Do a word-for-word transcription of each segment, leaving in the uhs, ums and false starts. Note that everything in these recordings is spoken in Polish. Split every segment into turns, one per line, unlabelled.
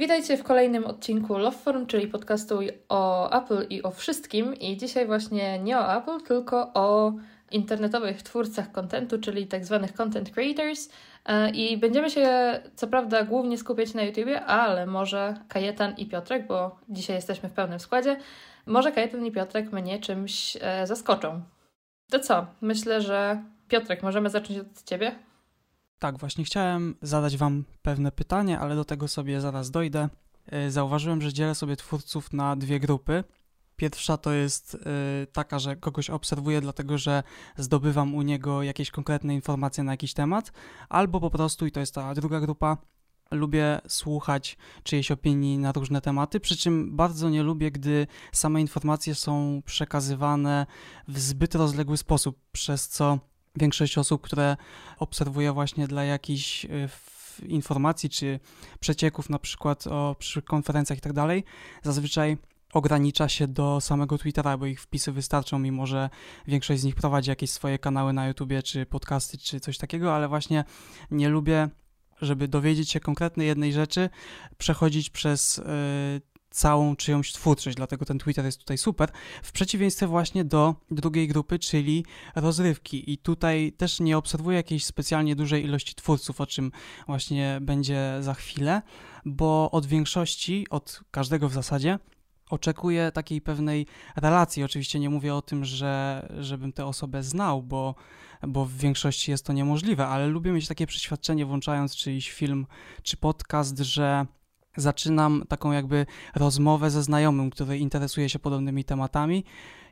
Witajcie w kolejnym odcinku Loveform, czyli podcastu o Apple i o wszystkim. I dzisiaj właśnie nie o Apple, tylko o internetowych twórcach contentu, czyli tak zwanych content creators. I będziemy się co prawda głównie skupiać na YouTubie, ale może Kajetan i Piotrek, bo dzisiaj jesteśmy w pełnym składzie, może Kajetan i Piotrek mnie czymś zaskoczą. To co? Myślę, że Piotrek, możemy zacząć od Ciebie?
Tak, właśnie chciałem zadać Wam pewne pytanie, ale do tego sobie zaraz dojdę. Zauważyłem, że dzielę sobie twórców na dwie grupy. Pierwsza to jest taka, że kogoś obserwuję, dlatego że zdobywam u niego jakieś konkretne informacje na jakiś temat, albo po prostu, i to jest ta druga grupa, lubię słuchać czyjejś opinii na różne tematy, przy czym bardzo nie lubię, gdy same informacje są przekazywane w zbyt rozległy sposób, przez co większość osób, które obserwuję właśnie dla jakichś informacji czy przecieków, na przykład o przyszłych konferencjach i tak dalej, zazwyczaj ogranicza się do samego Twittera, bo ich wpisy wystarczą, mimo że większość z nich prowadzi jakieś swoje kanały na YouTubie, czy podcasty, czy coś takiego, ale właśnie nie lubię, żeby dowiedzieć się konkretnej jednej rzeczy, przechodzić przez yy, całą czyjąś twórczość, dlatego ten Twitter jest tutaj super, w przeciwieństwie właśnie do drugiej grupy, czyli rozrywki. I tutaj też nie obserwuję jakiejś specjalnie dużej ilości twórców, o czym właśnie będzie za chwilę, bo od większości, od każdego w zasadzie, oczekuję takiej pewnej relacji. Oczywiście nie mówię o tym, że żebym tę osobę znał, bo, bo w większości jest to niemożliwe, ale lubię mieć takie przeświadczenie, włączając czyjś film czy podcast, że zaczynam taką jakby rozmowę ze znajomym, który interesuje się podobnymi tematami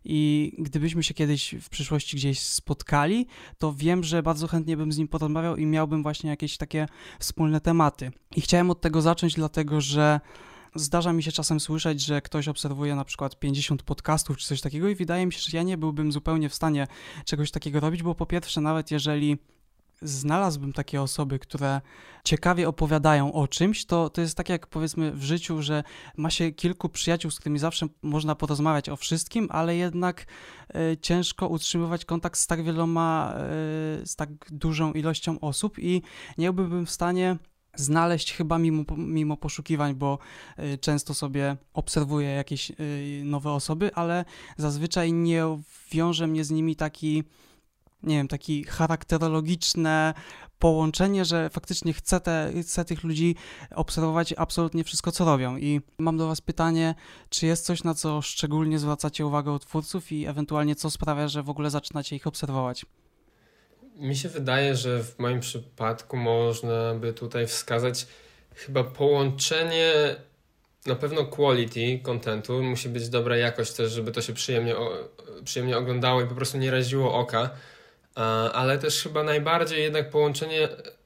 i gdybyśmy się kiedyś w przyszłości gdzieś spotkali, to wiem, że bardzo chętnie bym z nim porozmawiał i miałbym właśnie jakieś takie wspólne tematy. I chciałem od tego zacząć, dlatego że zdarza mi się czasem słyszeć, że ktoś obserwuje na przykład pięćdziesiąt podcastów czy coś takiego i wydaje mi się, że ja nie byłbym zupełnie w stanie czegoś takiego robić, bo po pierwsze nawet jeżeli znalazłbym takie osoby, które ciekawie opowiadają o czymś, to, to jest tak jak powiedzmy w życiu, że ma się kilku przyjaciół, z którymi zawsze można porozmawiać o wszystkim, ale jednak y, ciężko utrzymywać kontakt z tak wieloma, y, z tak dużą ilością osób i nie byłbym w stanie znaleźć chyba mimo, mimo poszukiwań, bo y, często sobie obserwuję jakieś y, nowe osoby, ale zazwyczaj nie wiąże mnie z nimi taki nie wiem, takie charakterologiczne połączenie, że faktycznie chcę, te, chcę tych ludzi obserwować absolutnie wszystko, co robią. I mam do Was pytanie, czy jest coś, na co szczególnie zwracacie uwagę u twórców i ewentualnie co sprawia, że w ogóle zaczynacie ich obserwować?
Mi się wydaje, że w moim przypadku można by tutaj wskazać chyba połączenie, na pewno quality contentu, musi być dobra jakość też, żeby to się przyjemnie, przyjemnie oglądało i po prostu nie raziło oka, ale też chyba najbardziej jednak połączenie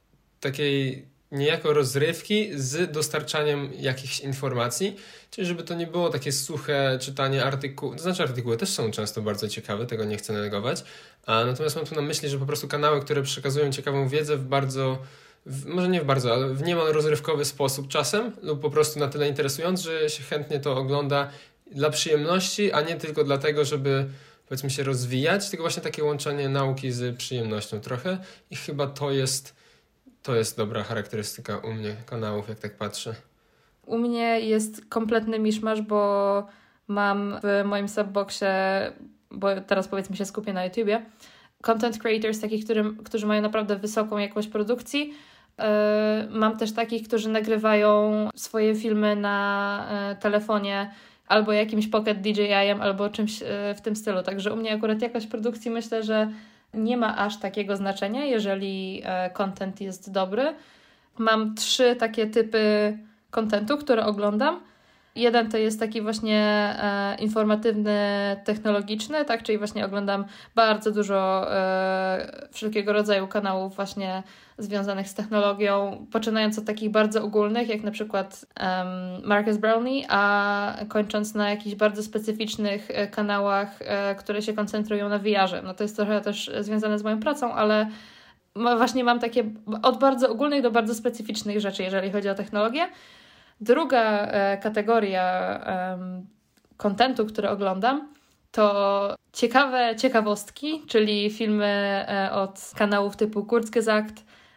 takiej niejako rozrywki z dostarczaniem jakichś informacji, czyli żeby to nie było takie suche czytanie artykułów, to znaczy artykuły też są często bardzo ciekawe, tego nie chcę negować, a natomiast mam tu na myśli, że po prostu kanały, które przekazują ciekawą wiedzę w bardzo, w, może nie w bardzo, ale w niemal rozrywkowy sposób czasem lub po prostu na tyle interesujący, że się chętnie to ogląda dla przyjemności, a nie tylko dlatego, żeby powiedzmy się rozwijać, tylko właśnie takie łączenie nauki z przyjemnością trochę i chyba to jest to jest dobra charakterystyka u mnie kanałów, jak tak patrzę.
U mnie jest kompletny miszmasz, bo mam w moim subboxie, bo teraz powiedzmy się skupię na YouTubie, content creators, takich, którym, którzy mają naprawdę wysoką jakość produkcji. Yy, mam też takich, którzy nagrywają swoje filmy na yy, telefonie albo jakimś pocket D J I-em, albo czymś yy, w tym stylu. Także u mnie akurat jakość produkcji myślę, że nie ma aż takiego znaczenia, jeżeli yy, content jest dobry. Mam trzy takie typy contentu, które oglądam. Jeden to jest taki właśnie e, informatywny, technologiczny, tak, czyli właśnie oglądam bardzo dużo e, wszelkiego rodzaju kanałów właśnie związanych z technologią, poczynając od takich bardzo ogólnych, jak na przykład um, Marcus Brownlee, a kończąc na jakichś bardzo specyficznych e, kanałach, e, które się koncentrują na V R-ze. No to jest trochę też związane z moją pracą, ale właśnie mam takie od bardzo ogólnych do bardzo specyficznych rzeczy, jeżeli chodzi o technologię. Druga e, kategoria kontentu, który oglądam, to ciekawe ciekawostki, czyli filmy e, od kanałów typu Kurzgesagt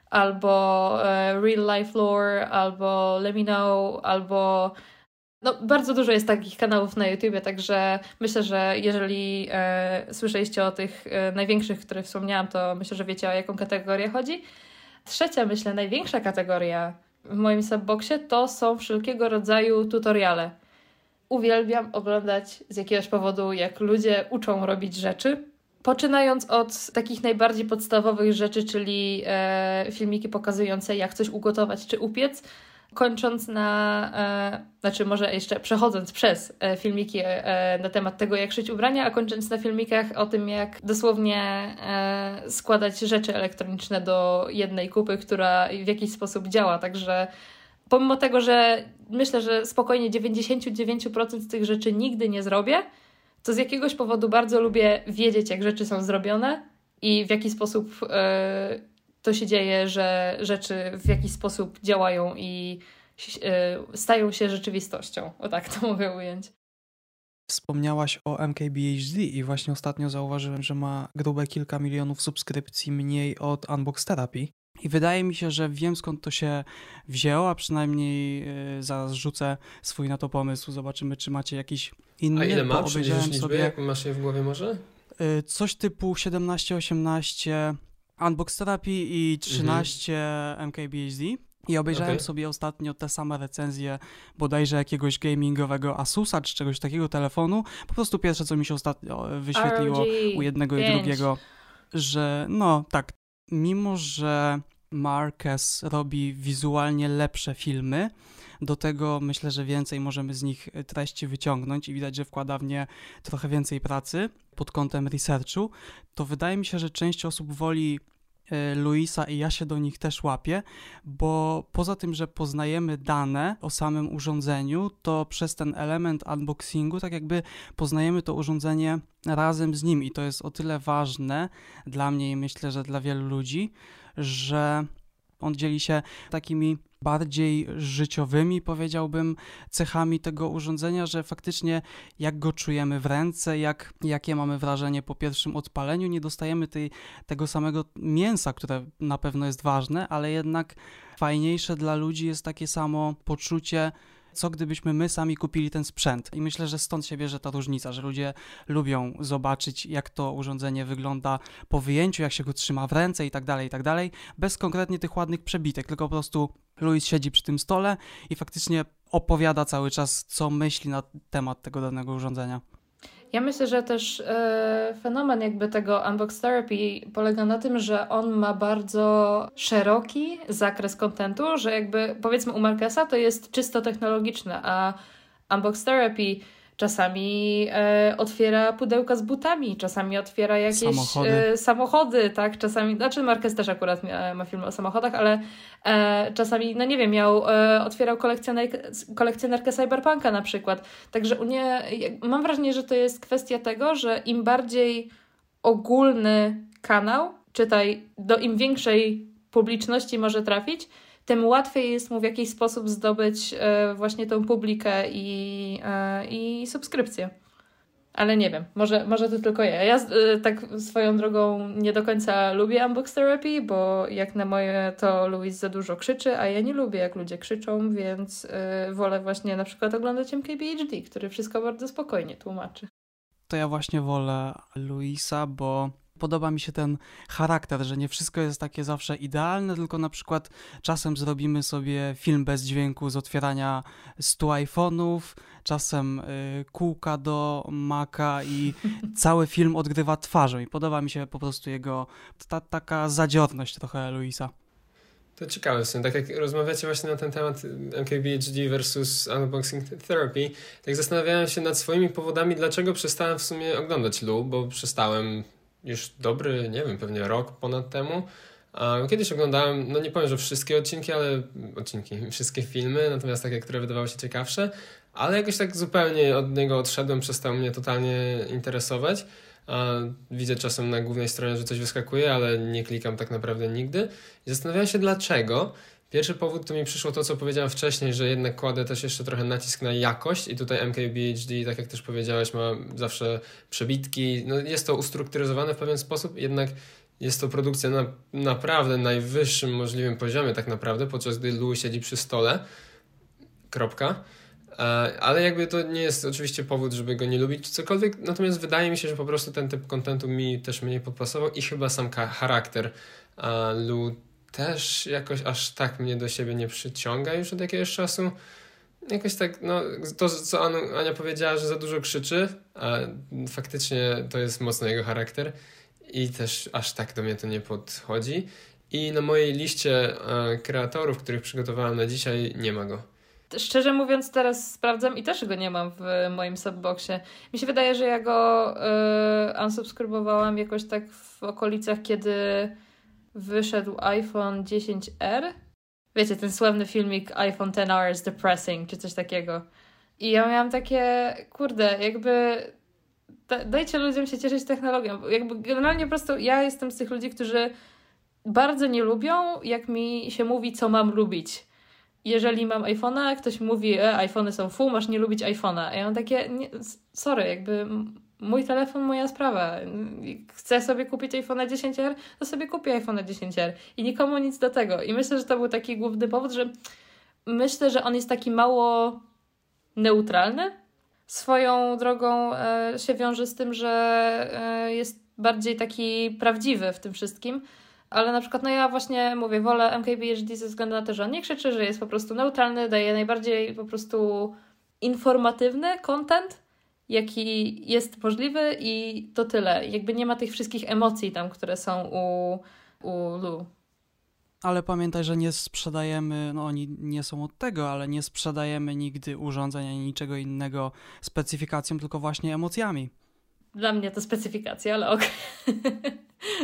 albo e, Real Life Lore, albo Let Me Know, albo... No, bardzo dużo jest takich kanałów na YouTubie, także myślę, że jeżeli e, słyszeliście o tych e, największych, które wspomniałam, to myślę, że wiecie, o jaką kategorię chodzi. Trzecia, myślę, największa kategoria w moim subboxie to są wszelkiego rodzaju tutoriale. Uwielbiam oglądać z jakiegoś powodu, jak ludzie uczą robić rzeczy. Poczynając od takich najbardziej podstawowych rzeczy, czyli e, filmiki pokazujące, jak coś ugotować czy upiec, kończąc na, e, znaczy może jeszcze przechodząc przez e, filmiki e, na temat tego, jak szyć ubrania, a kończąc na filmikach o tym, jak dosłownie e, składać rzeczy elektroniczne do jednej kupy, która w jakiś sposób działa. Także pomimo tego, że myślę, że spokojnie dziewięćdziesiąt dziewięć procent z tych rzeczy nigdy nie zrobię, to z jakiegoś powodu bardzo lubię wiedzieć, jak rzeczy są zrobione i w jaki sposób e, to się dzieje, że rzeczy w jakiś sposób działają i e, stają się rzeczywistością. O tak to mogę ująć.
Wspomniałaś o M K B H D i właśnie ostatnio zauważyłem, że ma grube kilka milionów subskrypcji mniej od Unbox Therapy. I wydaje mi się, że wiem, skąd to się wzięło, a przynajmniej yy, zaraz rzucę swój na to pomysł. Zobaczymy, czy macie jakiś inny.
A ile ma?
Obejrzałem
liczby,
sobie
jak masz je w głowie może?
Yy, coś typu siedemnaście osiemnaście Unbox Therapy i trzynaście mhm. M K B H D. I obejrzałem okay. sobie ostatnio te same recenzje bodajże jakiegoś gamingowego Asusa czy czegoś takiego telefonu. Po prostu pierwsze, co mi się ostatnio wyświetliło R G u jednego pięć. I drugiego, że no tak, mimo że Marques robi wizualnie lepsze filmy, do tego myślę, że więcej możemy z nich treści wyciągnąć i widać, że wkłada w nie trochę więcej pracy pod kątem researchu, to wydaje mi się, że część osób woli Luisa i ja się do nich też łapię, bo poza tym, że poznajemy dane o samym urządzeniu, to przez ten element unboxingu tak jakby poznajemy to urządzenie razem z nim i to jest o tyle ważne dla mnie i myślę, że dla wielu ludzi, że on dzieli się takimi bardziej życiowymi, powiedziałbym, cechami tego urządzenia, że faktycznie jak go czujemy w ręce, jak, jakie mamy wrażenie po pierwszym odpaleniu, nie dostajemy tej, tego samego mięsa, które na pewno jest ważne, ale jednak fajniejsze dla ludzi jest takie samo poczucie, co gdybyśmy my sami kupili ten sprzęt. I myślę, że stąd się bierze ta różnica, że ludzie lubią zobaczyć, jak to urządzenie wygląda po wyjęciu, jak się go trzyma w ręce i tak dalej, i tak dalej, bez konkretnie tych ładnych przebitek, tylko po prostu Luis siedzi przy tym stole i faktycznie opowiada cały czas, co myśli na temat tego danego urządzenia.
Ja myślę, że też e, fenomen jakby tego Unbox Therapy polega na tym, że on ma bardzo szeroki zakres kontentu, że jakby powiedzmy u Marquesa to jest czysto technologiczne, a Unbox Therapy czasami e, otwiera pudełka z butami, czasami otwiera jakieś samochody, e, samochody tak, czasami, znaczy Marquez też akurat ma, ma filmy o samochodach, ale e, czasami, no nie wiem, miał, e, otwierał kolekcjoner, kolekcjonerkę Cyberpunka na przykład, także u nie, mam wrażenie, że to jest kwestia tego, że im bardziej ogólny kanał, czytaj, do im większej publiczności może trafić, tym łatwiej jest mu w jakiś sposób zdobyć e, właśnie tą publikę i, e, i subskrypcję. Ale nie wiem, może, może to tylko ja. Ja e, tak swoją drogą nie do końca lubię Unbox Therapy, bo jak na moje to Luis za dużo krzyczy, a ja nie lubię jak ludzie krzyczą, więc e, wolę właśnie na przykład oglądać M K B H D, który wszystko bardzo spokojnie tłumaczy.
To ja właśnie wolę Luisa, bo podoba mi się ten charakter, że nie wszystko jest takie zawsze idealne, tylko na przykład czasem zrobimy sobie film bez dźwięku z otwierania stu iPhone'ów, czasem y, kółka do Maca i cały film odgrywa twarzą i podoba mi się po prostu jego ta, taka zadziorność trochę Luisa.
To ciekawe w sumie, tak jak rozmawiacie właśnie na ten temat M K B H D versus Unboxing Therapy, tak zastanawiałem się nad swoimi powodami, dlaczego przestałem w sumie oglądać Lu, bo przestałem już dobry, nie wiem, pewnie rok ponad temu. Kiedyś oglądałem, no nie powiem, że wszystkie odcinki, ale odcinki, wszystkie filmy, natomiast takie, które wydawały się ciekawsze, ale jakoś tak zupełnie od niego odszedłem, przestał mnie totalnie interesować. Widzę czasem na głównej stronie, że coś wyskakuje, ale nie klikam tak naprawdę nigdy. I zastanawiałem się dlaczego. Pierwszy powód to mi przyszło to, co powiedziałem wcześniej, że jednak kładę też jeszcze trochę nacisk na jakość i tutaj M K B H D, tak jak też powiedziałeś, ma zawsze przebitki. No jest to ustrukturyzowane w pewien sposób, jednak jest to produkcja na naprawdę najwyższym możliwym poziomie tak naprawdę, podczas gdy Lou siedzi przy stole. Kropka. Ale jakby to nie jest oczywiście powód, żeby go nie lubić czy cokolwiek, natomiast wydaje mi się, że po prostu ten typ kontentu mi też mniej podpasował i chyba sam charakter Lou też jakoś aż tak mnie do siebie nie przyciąga już od jakiegoś czasu. Jakoś tak, no to co Ania powiedziała, że za dużo krzyczy, a faktycznie to jest mocno jego charakter i też aż tak do mnie to nie podchodzi. I na mojej liście kreatorów, których przygotowałem na dzisiaj, nie ma go.
Szczerze mówiąc, teraz sprawdzam i też go nie mam w moim subboxie. Mi się wydaje, że ja go yy, unsubskrybowałam jakoś tak w okolicach, kiedy wyszedł iPhone dziesięć R. Wiecie, ten sławny filmik iPhone ten R is depressing, czy coś takiego. I ja miałam takie, kurde, jakby da, dajcie ludziom się cieszyć technologią. Jakby generalnie po prostu ja jestem z tych ludzi, którzy bardzo nie lubią, jak mi się mówi, co mam lubić. Jeżeli mam iPhone'a, ktoś mówi, e, iPhony są full, masz nie lubić iPhone'a. A ja mam takie, nie, sorry, jakby mój telefon, moja sprawa. Chcę sobie kupić iPhone'a dziesięć R, to sobie kupię iPhone'a dziesięć R. I nikomu nic do tego. I myślę, że to był taki główny powód, że myślę, że on jest taki mało neutralny. Swoją drogą e, się wiąże z tym, że e, jest bardziej taki prawdziwy w tym wszystkim. Ale na przykład, no ja właśnie mówię, wolę M K B H D ze względu na to, że on nie krzyczy, że jest po prostu neutralny, daje najbardziej po prostu informatywny content, jaki jest możliwy i to tyle. Jakby nie ma tych wszystkich emocji tam, które są u, u Lou.
Ale pamiętaj, że nie sprzedajemy, no oni nie są od tego, ale nie sprzedajemy nigdy urządzeń ani niczego innego specyfikacją, tylko właśnie emocjami.
Dla mnie to specyfikacja, ale okej. Okay.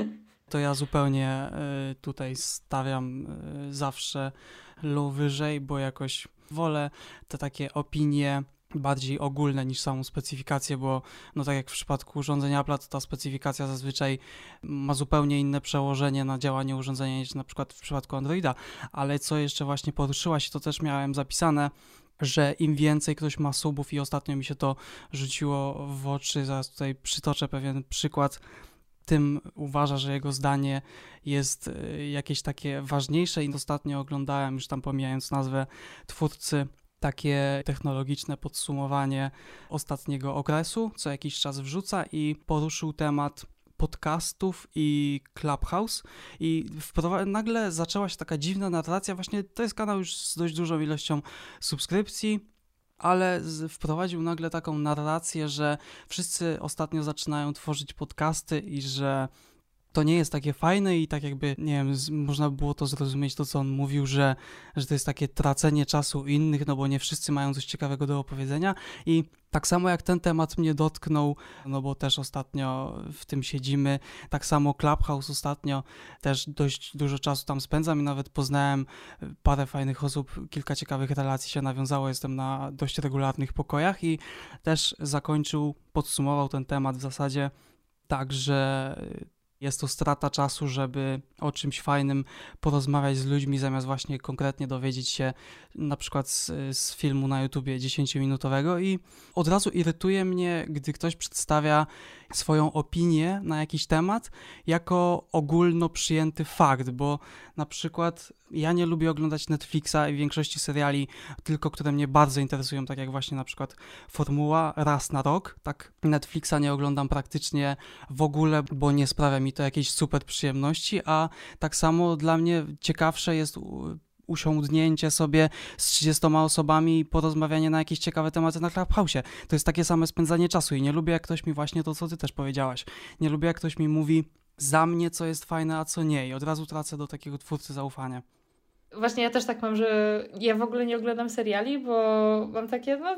To ja zupełnie y, tutaj stawiam y, zawsze Lou wyżej, bo jakoś wolę te takie opinie bardziej ogólne niż samą specyfikację, bo no tak jak w przypadku urządzenia Apple, to ta specyfikacja zazwyczaj ma zupełnie inne przełożenie na działanie urządzenia niż na przykład w przypadku Androida, ale co jeszcze właśnie poruszyłaś, to też miałem zapisane, że im więcej ktoś ma subów i ostatnio mi się to rzuciło w oczy, zaraz tutaj przytoczę pewien przykład, tym uważa, że jego zdanie jest jakieś takie ważniejsze i ostatnio oglądałem, już tam pomijając nazwę twórcy, takie technologiczne podsumowanie ostatniego okresu, co jakiś czas wrzuca i poruszył temat podcastów i Clubhouse i wprowadza, nagle zaczęła się taka dziwna narracja, właśnie to jest kanał już z dość dużą ilością subskrypcji, ale wprowadził nagle taką narrację, że wszyscy ostatnio zaczynają tworzyć podcasty i że to nie jest takie fajne i tak jakby, nie wiem, z, można było to zrozumieć, to co on mówił, że, że to jest takie tracenie czasu innych, no bo nie wszyscy mają coś ciekawego do opowiedzenia i tak samo jak ten temat mnie dotknął, no bo też ostatnio w tym siedzimy, tak samo Clubhouse ostatnio też dość dużo czasu tam spędzam i nawet poznałem parę fajnych osób, kilka ciekawych relacji się nawiązało, jestem na dość regularnych pokojach i też zakończył, podsumował ten temat w zasadzie tak, że jest to strata czasu, żeby o czymś fajnym porozmawiać z ludźmi, zamiast właśnie konkretnie dowiedzieć się na przykład z, z filmu na YouTubie dziesięciominutowego i od razu irytuje mnie, gdy ktoś przedstawia swoją opinię na jakiś temat jako ogólno przyjęty fakt, bo na przykład ja nie lubię oglądać Netflixa i większości seriali, tylko które mnie bardzo interesują, tak jak właśnie na przykład Formuła raz na rok, tak Netflixa nie oglądam praktycznie w ogóle, bo nie sprawia mi to jakiejś super przyjemności, a tak samo dla mnie ciekawsze jest usiądnięcie sobie z trzydziestoma osobami i porozmawianie na jakieś ciekawe tematy na Clubhouse'ie. To jest takie same spędzanie czasu i nie lubię, jak ktoś mi właśnie to, co ty też powiedziałaś, nie lubię, jak ktoś mi mówi za mnie, co jest fajne, a co nie i od razu tracę do takiego twórcy zaufania.
Właśnie ja też tak mam, że ja w ogóle nie oglądam seriali, bo mam takie, no,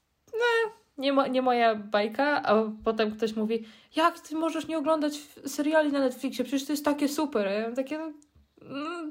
no nie, mo- nie moja bajka, a potem ktoś mówi, jak ty możesz nie oglądać seriali na Netflixie, przecież to jest takie super. Ja mam takie, no... Mm.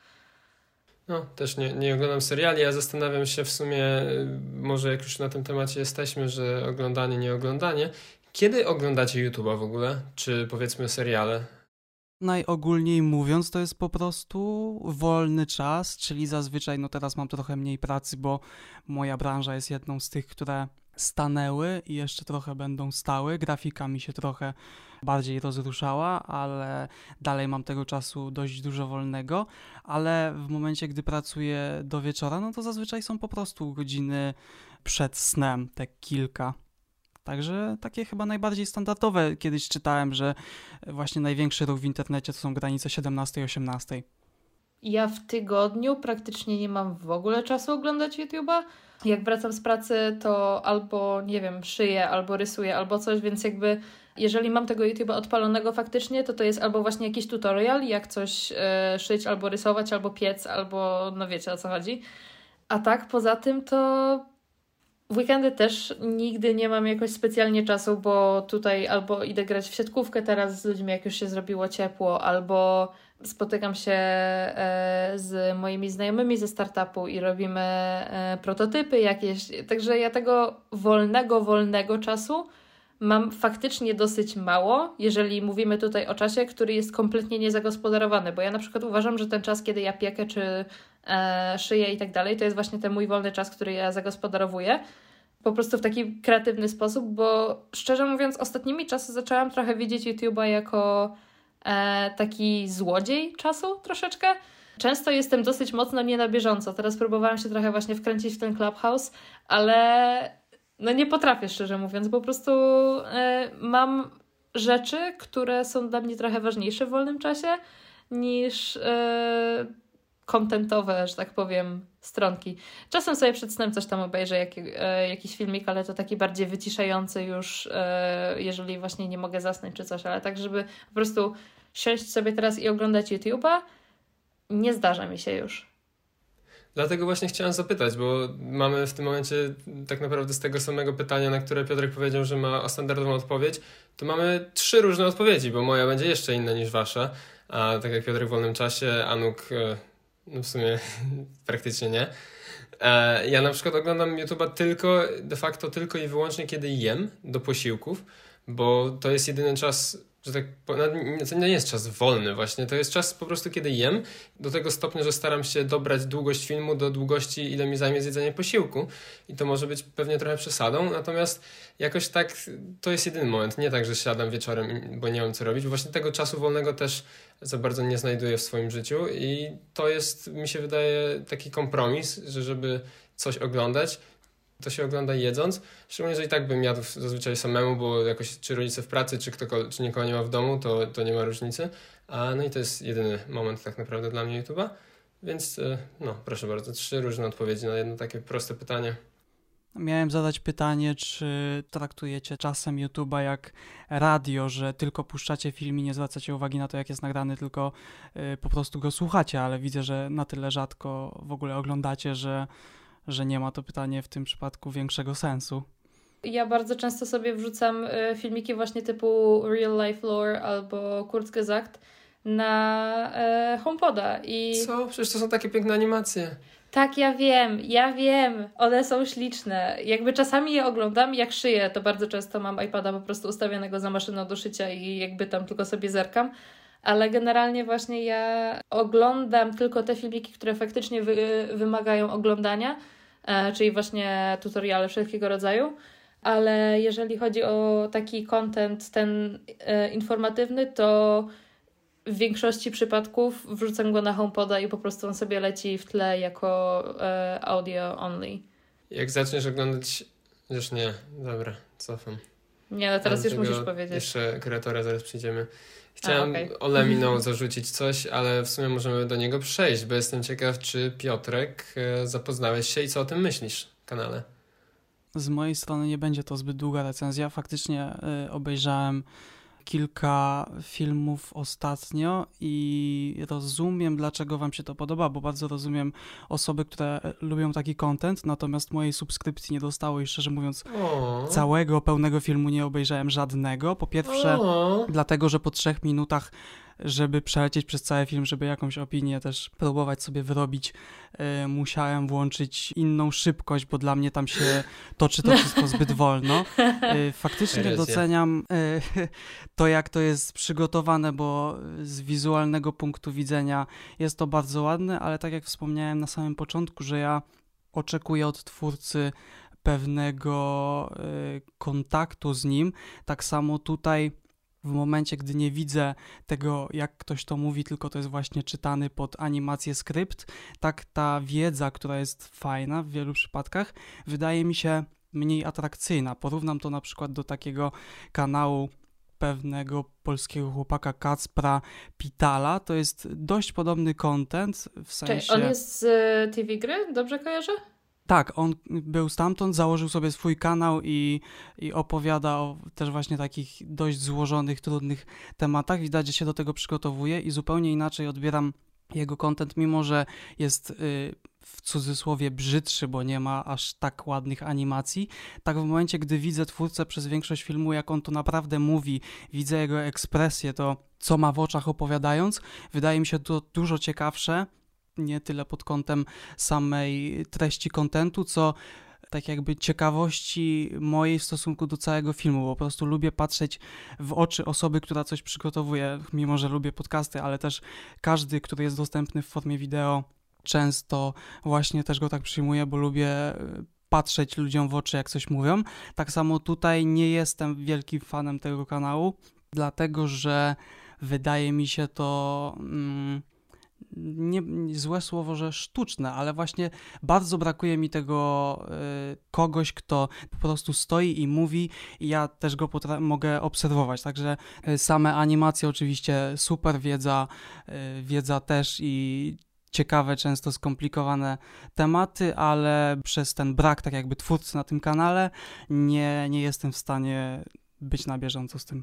No, też nie, nie oglądam seriali, ja zastanawiam się w sumie, może jak już na tym temacie jesteśmy, że oglądanie, nie oglądanie. Kiedy oglądacie YouTube'a w ogóle? Czy powiedzmy seriale?
Najogólniej mówiąc, to jest po prostu wolny czas, czyli zazwyczaj, no teraz mam trochę mniej pracy, bo moja branża jest jedną z tych, które stanęły i jeszcze trochę będą stały. Grafika mi się trochę bardziej rozruszała, ale dalej mam tego czasu dość dużo wolnego, ale w momencie, gdy pracuję do wieczora, no to zazwyczaj są po prostu godziny przed snem, te kilka. Także takie chyba najbardziej standardowe. Kiedyś czytałem, że właśnie największy ruch w internecie to są granice siedemnasta osiemnasta.
Ja w tygodniu praktycznie nie mam w ogóle czasu oglądać YouTube'a. Jak wracam z pracy, to albo, nie wiem, szyję, albo rysuję, albo coś, więc jakby jeżeli mam tego YouTube'a odpalonego faktycznie, to to jest albo właśnie jakiś tutorial, jak coś e, szyć, albo rysować, albo piec, albo no wiecie o co chodzi. A tak poza tym to w weekendy też nigdy nie mam jakoś specjalnie czasu, bo tutaj albo idę grać w siatkówkę teraz z ludźmi, jak już się zrobiło ciepło, albo spotykam się e, z moimi znajomymi ze startupu i robimy e, prototypy jakieś. Także ja tego wolnego, wolnego czasu mam faktycznie dosyć mało, jeżeli mówimy tutaj o czasie, który jest kompletnie niezagospodarowany, bo ja na przykład uważam, że ten czas, kiedy ja piekę czy e, szyję i tak dalej, to jest właśnie ten mój wolny czas, który ja zagospodarowuję po prostu w taki kreatywny sposób, bo szczerze mówiąc ostatnimi czasy zaczęłam trochę widzieć YouTube'a jako e, taki złodziej czasu troszeczkę. Często jestem dosyć mocno nie na bieżąco. Teraz próbowałam się trochę właśnie wkręcić w ten Clubhouse, ale no nie potrafię, szczerze mówiąc, bo po prostu e, mam rzeczy, które są dla mnie trochę ważniejsze w wolnym czasie niż e, kontentowe, że tak powiem, stronki. Czasem sobie przed snem coś tam obejrzę, jak, e, jakiś filmik, ale to taki bardziej wyciszający już, e, jeżeli właśnie nie mogę zasnąć czy coś, ale tak, żeby po prostu siąść sobie teraz i oglądać YouTube'a, nie zdarza mi się już.
Dlatego właśnie chciałem zapytać, bo mamy w tym momencie tak naprawdę z tego samego pytania, na które Piotrek powiedział, że ma standardową odpowiedź, to mamy trzy różne odpowiedzi, bo moja będzie jeszcze inna niż wasza, a tak jak Piotrek w wolnym czasie, Anuk no w sumie praktycznie nie. Ja na przykład oglądam YouTube'a tylko, de facto tylko i wyłącznie kiedy jem do posiłków, bo to jest jedyny czas, że tak powiem, to nie jest czas wolny właśnie, to jest czas po prostu kiedy jem, do tego stopnia, że staram się dobrać długość filmu do długości, ile mi zajmie zjedzenie posiłku i to może być pewnie trochę przesadą, natomiast jakoś tak to jest jedyny moment, nie tak, że siadam wieczorem, bo nie mam co robić, bo właśnie tego czasu wolnego też za bardzo nie znajduję w swoim życiu i to jest, mi się wydaje, taki kompromis, że żeby coś oglądać, to się ogląda jedząc, szczególnie, że i tak bym jadł zazwyczaj samemu, bo jakoś czy rodzice w pracy, czy, ktokolwiek, czy nikogo nie ma w domu, to, to nie ma różnicy. A, no i to jest jedyny moment tak naprawdę dla mnie YouTube'a, więc no proszę bardzo, trzy różne odpowiedzi na jedno takie proste pytanie.
Miałem zadać pytanie, czy traktujecie czasem YouTube'a jak radio, że tylko puszczacie film i nie zwracacie uwagi na to, jak jest nagrany, tylko y, po prostu go słuchacie, ale widzę, że na tyle rzadko w ogóle oglądacie, że że nie ma to pytanie w tym przypadku większego sensu.
Ja bardzo często sobie wrzucam filmiki właśnie typu Real Life Lore albo Kurzgesagt na e, HomePoda. I...
Co? Przecież to są takie piękne animacje.
Tak, ja wiem, ja wiem. One są śliczne. Jakby czasami je oglądam, jak szyję, to bardzo często mam iPada po prostu ustawionego za maszyną do szycia i jakby tam tylko sobie zerkam. Ale generalnie właśnie ja oglądam tylko te filmiki, które faktycznie wy, wymagają oglądania, e, czyli właśnie tutoriale wszelkiego rodzaju, ale jeżeli chodzi o taki content ten e, informatywny, to w większości przypadków wrzucam go na HomePoda i po prostu on sobie leci w tle jako e, audio only.
Jak zaczniesz oglądać... Już nie, dobra, cofam.
Nie, ale teraz już musisz powiedzieć.
Jeszcze kreatora zaraz przyjdziemy. Chciałem
A, okay.
Oleminą zarzucić coś, ale w sumie możemy do niego przejść, bo jestem ciekaw, czy Piotrek zapoznałeś się i co o tym myślisz w kanale?
Z mojej strony nie będzie to zbyt długa recenzja. Faktycznie y, obejrzałem kilka filmów ostatnio i rozumiem, dlaczego wam się to podoba, bo bardzo rozumiem osoby, które lubią taki content, natomiast mojej subskrypcji nie dostało i szczerze mówiąc o. całego pełnego filmu nie obejrzałem żadnego. Po pierwsze o. dlatego, że po trzech minutach, żeby przelecieć przez cały film, żeby jakąś opinię też próbować sobie wyrobić, yy, musiałem włączyć inną szybkość, bo dla mnie tam się toczy to wszystko zbyt wolno. Yy, faktycznie Herezja. doceniam yy, to, jak to jest przygotowane, bo z wizualnego punktu widzenia jest to bardzo ładne, ale tak jak wspomniałem na samym początku, że ja oczekuję od twórcy pewnego y, kontaktu z nim. Tak samo tutaj w momencie, gdy nie widzę tego, jak ktoś to mówi, tylko to jest właśnie czytany pod animację skrypt, tak ta wiedza, która jest fajna w wielu przypadkach, wydaje mi się mniej atrakcyjna. Porównam to na przykład do takiego kanału pewnego polskiego chłopaka Kacpra Pitala. To jest dość podobny content, w sensie...
Cześć, on jest z y, T V Gry? Dobrze kojarzę?
Tak, on był stamtąd, założył sobie swój kanał i, i opowiada o też właśnie takich dość złożonych, trudnych tematach. Widać, że się do tego przygotowuje i zupełnie inaczej odbieram jego content, mimo że jest y, w cudzysłowie brzydszy, bo nie ma aż tak ładnych animacji. Tak w momencie, gdy widzę twórcę przez większość filmu, jak on to naprawdę mówi, widzę jego ekspresję, to co ma w oczach opowiadając, wydaje mi się to dużo ciekawsze, nie tyle pod kątem samej treści kontentu, co tak jakby ciekawości mojej w stosunku do całego filmu, bo po prostu lubię patrzeć w oczy osoby, która coś przygotowuje, mimo że lubię podcasty, ale też każdy, który jest dostępny w formie wideo, często właśnie też go tak przyjmuję, bo lubię patrzeć ludziom w oczy, jak coś mówią. Tak samo tutaj nie jestem wielkim fanem tego kanału, dlatego że wydaje mi się to... Mm, Nie, złe słowo, że sztuczne, ale właśnie bardzo brakuje mi tego y, kogoś, kto po prostu stoi i mówi i ja też go potra- mogę obserwować, także y, same animacje oczywiście super, wiedza, y, wiedza też i ciekawe, często skomplikowane tematy, ale przez ten brak tak jakby twórcy na tym kanale nie, nie jestem w stanie być na bieżąco z tym.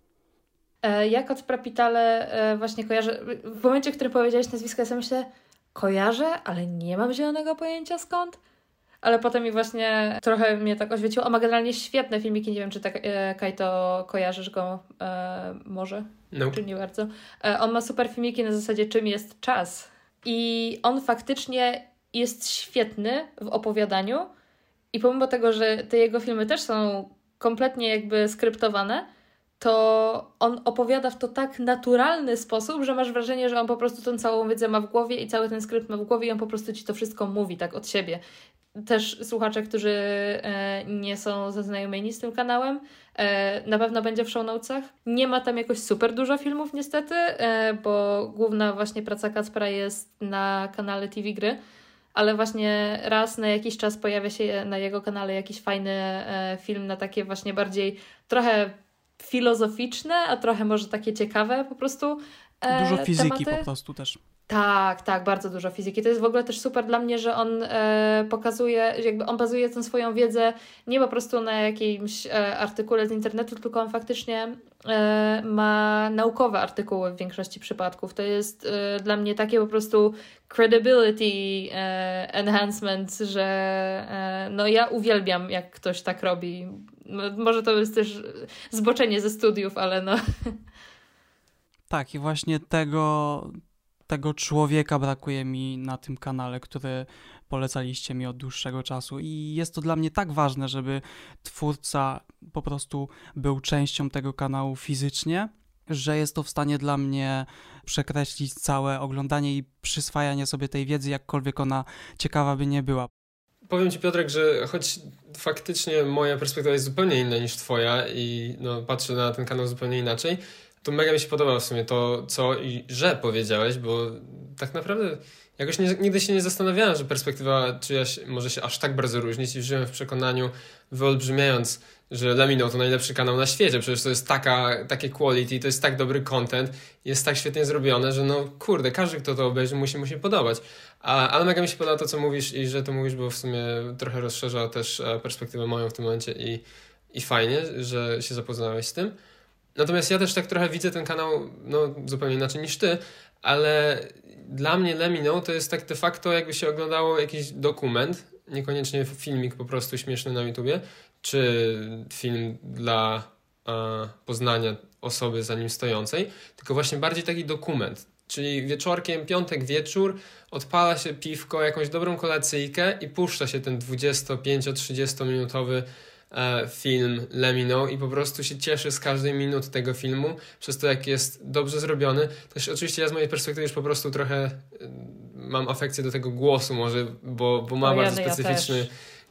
Ja Kacpra Pitale właśnie kojarzę. W momencie, w którym powiedziałeś nazwisko, ja sobie myślę, kojarzę, ale nie mam zielonego pojęcia skąd. Ale potem mi właśnie trochę mnie tak oświeciło. On ma generalnie świetne filmiki. Nie wiem, czy tak, e, Kajto kojarzysz go e, może?
Nope.
Czy nie bardzo. E, on ma super filmiki na zasadzie czym jest czas. I on faktycznie jest świetny w opowiadaniu. I pomimo tego, że te jego filmy też są kompletnie jakby skryptowane, to on opowiada w to tak naturalny sposób, że masz wrażenie, że on po prostu tą całą wiedzę ma w głowie i cały ten skrypt ma w głowie i on po prostu ci to wszystko mówi tak od siebie. Też słuchacze, którzy e, nie są zaznajomieni z tym kanałem, e, na pewno będzie w show notesach. Nie ma tam jakoś super dużo filmów niestety, e, bo główna właśnie praca Kacpra jest na kanale T V Gry, ale właśnie raz na jakiś czas pojawia się na jego kanale jakiś fajny e, film na takie właśnie bardziej trochę filozoficzne, a trochę może takie ciekawe po prostu e,
Dużo fizyki
tematy.
Po prostu też.
Tak, tak, bardzo dużo fizyki. To jest w ogóle też super dla mnie, że on e, pokazuje, że jakby on bazuje tę swoją wiedzę nie po prostu na jakimś e, artykule z internetu, tylko on faktycznie e, ma naukowe artykuły w większości przypadków. To jest e, dla mnie takie po prostu credibility e, enhancement, że e, no ja uwielbiam, jak ktoś tak robi. No, może to jest też zboczenie ze studiów, ale no...
Tak, i właśnie tego... tego człowieka brakuje mi na tym kanale, który polecaliście mi od dłuższego czasu i jest to dla mnie tak ważne, żeby twórca po prostu był częścią tego kanału fizycznie, że jest to w stanie dla mnie przekreślić całe oglądanie i przyswajanie sobie tej wiedzy, jakkolwiek ona ciekawa by nie była.
Powiem Ci, Piotrek, że choć faktycznie moja perspektywa jest zupełnie inna niż Twoja i no, patrzę na ten kanał zupełnie inaczej, to mega mi się podobało w sumie to, co i że powiedziałeś, bo tak naprawdę jakoś nie, nigdy się nie zastanawiałem, że perspektywa czyjaś może się aż tak bardzo różnić i żyłem w przekonaniu, wyolbrzymiając, że Lemino to najlepszy kanał na świecie, przecież to jest taka, takie quality, to jest tak dobry content, jest tak świetnie zrobione, że no kurde, każdy, kto to obejrzy, musi mu się podobać. A, ale mega mi się podoba to, co mówisz i że to mówisz, bo w sumie trochę rozszerza też perspektywę moją w tym momencie i, i fajnie, że się zapoznałeś z tym. Natomiast ja też tak trochę widzę ten kanał no, zupełnie inaczej niż ty, ale dla mnie Lemino to jest tak de facto jakby się oglądało jakiś dokument, niekoniecznie filmik po prostu śmieszny na YouTubie, czy film dla e, poznania osoby za nim stojącej, tylko właśnie bardziej taki dokument. Czyli wieczorkiem, piątek wieczór, odpala się piwko, jakąś dobrą kolacyjkę i puszcza się ten dwudziesto-trzydziestominutowy film Lemino i po prostu się cieszy z każdej minuty tego filmu, przez to jak jest dobrze zrobiony. Też oczywiście ja z mojej perspektywy już po prostu trochę mam afekcję do tego głosu może, bo, bo ma
o,
bardzo
ja,
specyficzny
ja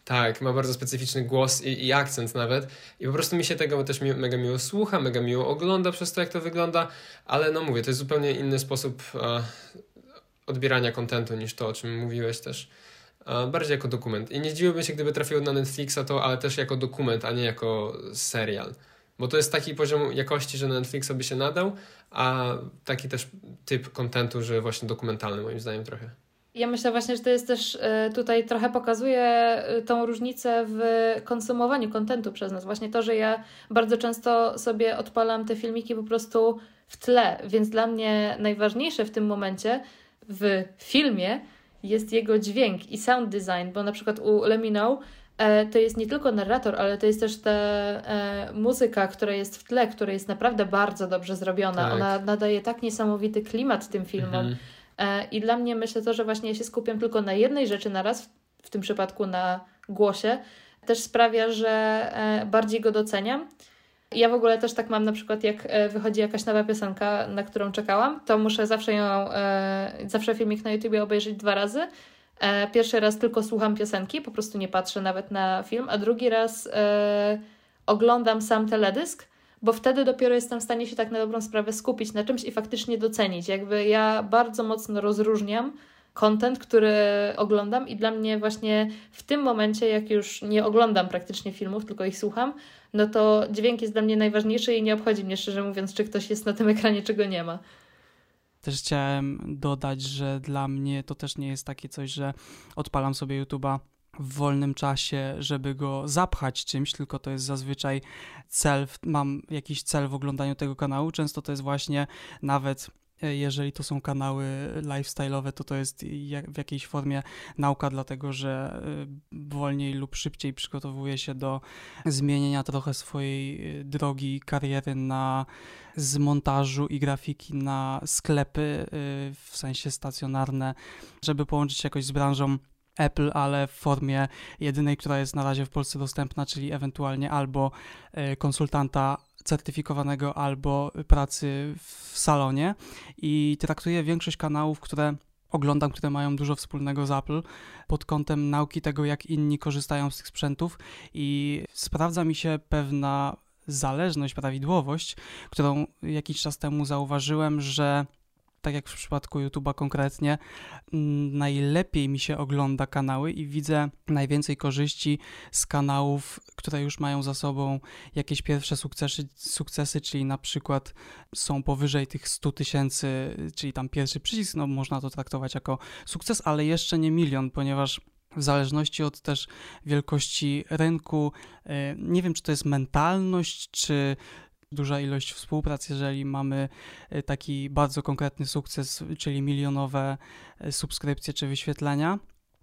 Tak, ma bardzo specyficzny głos i, i akcent nawet i po prostu mi się tego też mi, mega miło słucha, mega miło ogląda przez to, jak to wygląda, ale no mówię, to jest zupełnie inny sposób e, odbierania kontentu niż to, o czym mówiłeś też. E, bardziej jako dokument. I nie zdziwiłbym się, gdyby trafiło na Netflixa to, ale też jako dokument, a nie jako serial. Bo to jest taki poziom jakości, że na Netflixa by się nadał, a taki też typ kontentu, że właśnie dokumentalny moim zdaniem trochę.
Ja myślę właśnie, że to jest też tutaj trochę pokazuje tą różnicę w konsumowaniu kontentu przez nas. Właśnie to, że ja bardzo często sobie odpalam te filmiki po prostu w tle, więc dla mnie najważniejsze w tym momencie w filmie jest jego dźwięk i sound design, bo na przykład u Let Me Know to jest nie tylko narrator, ale to jest też ta e, muzyka, która jest w tle, która jest naprawdę bardzo dobrze zrobiona. Tak. Ona nadaje tak niesamowity klimat tym filmom. Mhm. E, I dla mnie myślę to, że właśnie ja się skupiam tylko na jednej rzeczy naraz, w, w tym przypadku na głosie, też sprawia, że e, bardziej go doceniam. Ja w ogóle też tak mam na przykład, jak wychodzi jakaś nowa piosenka, na którą czekałam, to muszę zawsze ją, e, zawsze filmik na YouTubie obejrzeć dwa razy. Pierwszy raz tylko słucham piosenki, po prostu nie patrzę nawet na film, a drugi raz e, oglądam sam teledysk, bo wtedy dopiero jestem w stanie się tak na dobrą sprawę skupić na czymś i faktycznie docenić. Jakby ja bardzo mocno rozróżniam content, który oglądam i dla mnie właśnie w tym momencie, jak już nie oglądam praktycznie filmów, tylko ich słucham, no to dźwięk jest dla mnie najważniejszy i nie obchodzi mnie, szczerze mówiąc, czy ktoś jest na tym ekranie, czy go nie ma.
Też chciałem dodać, że dla mnie to też nie jest takie coś, że odpalam sobie YouTube'a w wolnym czasie, żeby go zapchać czymś, tylko to jest zazwyczaj cel, mam jakiś cel w oglądaniu tego kanału. Często to jest właśnie nawet, jeżeli to są kanały lifestyle'owe, to to jest w jakiejś formie nauka, dlatego że wolniej lub szybciej przygotowuję się do zmienienia trochę swojej drogi, kariery na z montażu i grafiki na sklepy, w sensie stacjonarne, żeby połączyć się jakoś z branżą Apple, ale w formie jedynej, która jest na razie w Polsce dostępna, czyli ewentualnie albo konsultanta certyfikowanego, albo pracy w salonie i traktuję większość kanałów, które oglądam, które mają dużo wspólnego z Apple pod kątem nauki tego, jak inni korzystają z tych sprzętów i sprawdza mi się pewna zależność, prawidłowość, którą jakiś czas temu zauważyłem, że tak jak w przypadku YouTube'a konkretnie, najlepiej mi się ogląda kanały i widzę najwięcej korzyści z kanałów, które już mają za sobą jakieś pierwsze sukcesy, sukcesy, czyli na przykład są powyżej tych stu tysięcy, czyli tam pierwszy przycisk, no można to traktować jako sukces, ale jeszcze nie milion, ponieważ w zależności od też wielkości rynku, nie wiem, czy to jest mentalność, czy duża ilość współprac, jeżeli mamy taki bardzo konkretny sukces, czyli milionowe subskrypcje czy wyświetlenia,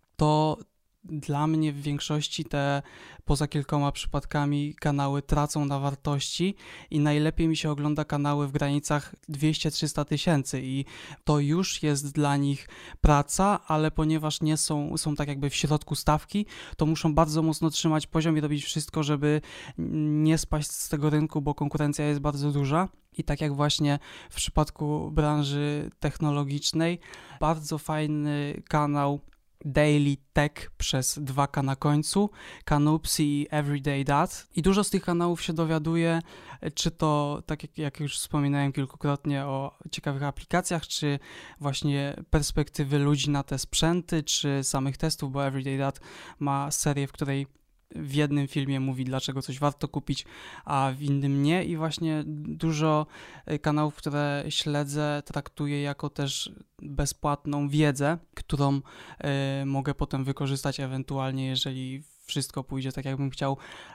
to dla mnie w większości te poza kilkoma przypadkami kanały tracą na wartości i najlepiej mi się ogląda kanały w granicach dwieście do trzystu tysięcy i to już jest dla nich praca, ale ponieważ nie są, są tak jakby w środku stawki, to muszą bardzo mocno trzymać poziom i robić wszystko, żeby nie spaść z tego rynku, bo konkurencja jest bardzo duża. I tak jak właśnie w przypadku branży technologicznej, bardzo fajny kanał Daily Tech przez dwa K na końcu, Canupsy i Everyday Dad. I dużo z tych kanałów się dowiaduje, czy to, tak jak, jak już wspominałem kilkukrotnie, o ciekawych aplikacjach, czy właśnie perspektywy ludzi na te sprzęty, czy samych testów, bo Everyday Dad ma serię, w której w jednym filmie mówi, dlaczego coś warto kupić, a w innym nie i właśnie dużo kanałów, które śledzę, traktuję jako też bezpłatną wiedzę, którą y, mogę potem wykorzystać ewentualnie, jeżeli wszystko pójdzie tak, jakbym chciał,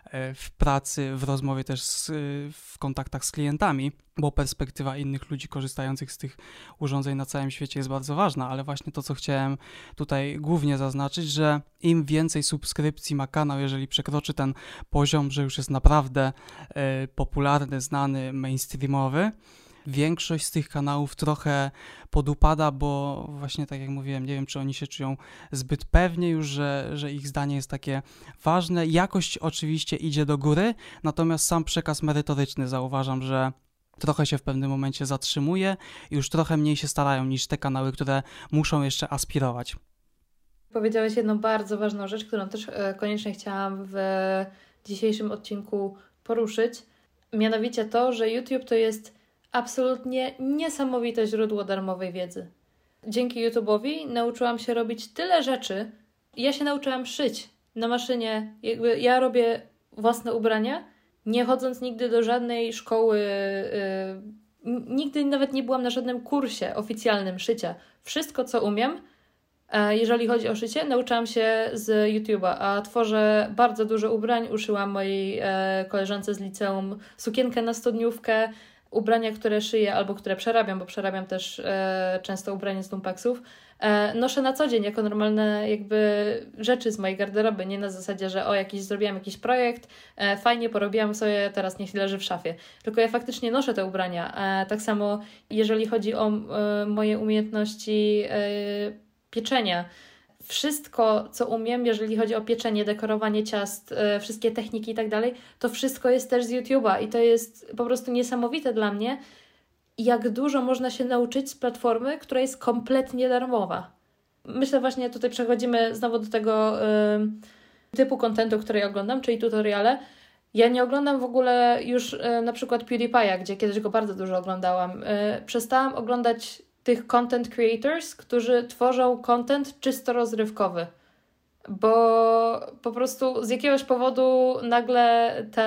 w pracy, w rozmowie też z, w kontaktach z klientami, bo perspektywa innych ludzi korzystających z tych urządzeń na całym świecie jest bardzo ważna, ale właśnie to, co chciałem tutaj głównie zaznaczyć, że im więcej subskrypcji ma kanał, jeżeli przekroczy ten poziom, że już jest naprawdę y, popularny, znany, mainstreamowy, większość z tych kanałów trochę podupada, bo właśnie tak jak mówiłem, nie wiem, czy oni się czują zbyt pewnie już, że, że ich zdanie jest takie ważne. Jakość oczywiście idzie do góry, natomiast sam przekaz merytoryczny zauważam, że trochę się w pewnym momencie zatrzymuje i już trochę mniej się starają niż te kanały, które muszą jeszcze aspirować.
Powiedziałeś jedną bardzo ważną rzecz, którą też koniecznie chciałam w dzisiejszym odcinku poruszyć. Mianowicie to, że YouTube to jest absolutnie niesamowite źródło darmowej wiedzy. Dzięki YouTube'owi nauczyłam się robić tyle rzeczy. Ja się nauczyłam szyć na maszynie. Jakby ja robię własne ubrania, nie chodząc nigdy do żadnej szkoły. Yy, nigdy nawet nie byłam na żadnym kursie oficjalnym szycia. Wszystko, co umiem, jeżeli chodzi o szycie, nauczyłam się z YouTube'a, a tworzę bardzo dużo ubrań. Uszyłam mojej e, koleżance z liceum sukienkę na studniówkę, ubrania, które szyję albo które przerabiam, bo przerabiam też e, często ubrania z lumpeksów. E, noszę na co dzień jako normalne jakby rzeczy z mojej garderoby, nie na zasadzie, że o, jakiś zrobiłam jakiś projekt, e, fajnie porobiłam sobie, teraz niech leży w szafie. Tylko ja faktycznie noszę te ubrania. E, tak samo jeżeli chodzi o e, moje umiejętności e, pieczenia. Wszystko, co umiem, jeżeli chodzi o pieczenie, dekorowanie ciast, yy, wszystkie techniki i tak dalej, to wszystko jest też z YouTube'a i to jest po prostu niesamowite dla mnie, jak dużo można się nauczyć z platformy, która jest kompletnie darmowa. Myślę właśnie, tutaj przechodzimy znowu do tego yy, typu kontentu, który ja oglądam, czyli tutoriale. Ja nie oglądam w ogóle już yy, na przykład PewDiePie'a, gdzie kiedyś go bardzo dużo oglądałam. Yy, przestałam oglądać tych content creators, którzy tworzą content czysto rozrywkowy. Bo po prostu z jakiegoś powodu nagle ta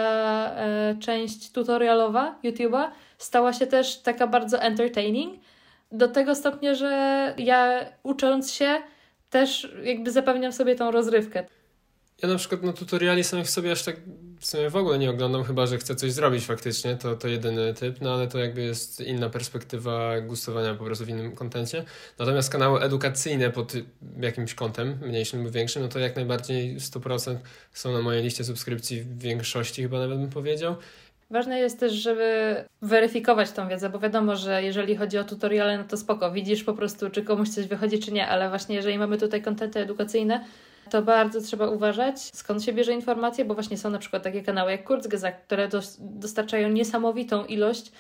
e, część tutorialowa YouTube'a stała się też taka bardzo entertaining. Do tego stopnia, że ja ucząc się też jakby zapewniam sobie tą rozrywkę.
Ja na przykład no, tutoriali samych w sobie aż tak w sumie w ogóle nie oglądam, chyba że chcę coś zrobić faktycznie, to, to jedyny typ, no ale to jakby jest inna perspektywa gustowania po prostu w innym kontencie. Natomiast kanały edukacyjne pod jakimś kątem, mniejszym lub większym, no to jak najbardziej sto procent są na mojej liście subskrypcji, w większości chyba nawet bym powiedział.
Ważne jest też, żeby weryfikować tą wiedzę, bo wiadomo, że jeżeli chodzi o tutoriale, no to spoko, widzisz po prostu, czy komuś coś wychodzi, czy nie, ale właśnie jeżeli mamy tutaj kontenty edukacyjne, to bardzo trzeba uważać, skąd się bierze informacje, bo właśnie są na przykład takie kanały jak Kurzgesagt, które dos- dostarczają niesamowitą ilość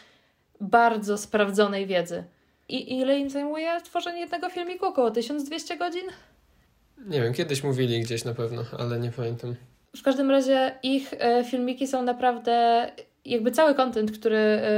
bardzo sprawdzonej wiedzy. I ile im zajmuje tworzenie jednego filmiku? Około tysiąc dwieście godzin?
Nie wiem, kiedyś mówili gdzieś na pewno, ale nie pamiętam.
W każdym razie ich e, filmiki są naprawdę, jakby cały content, który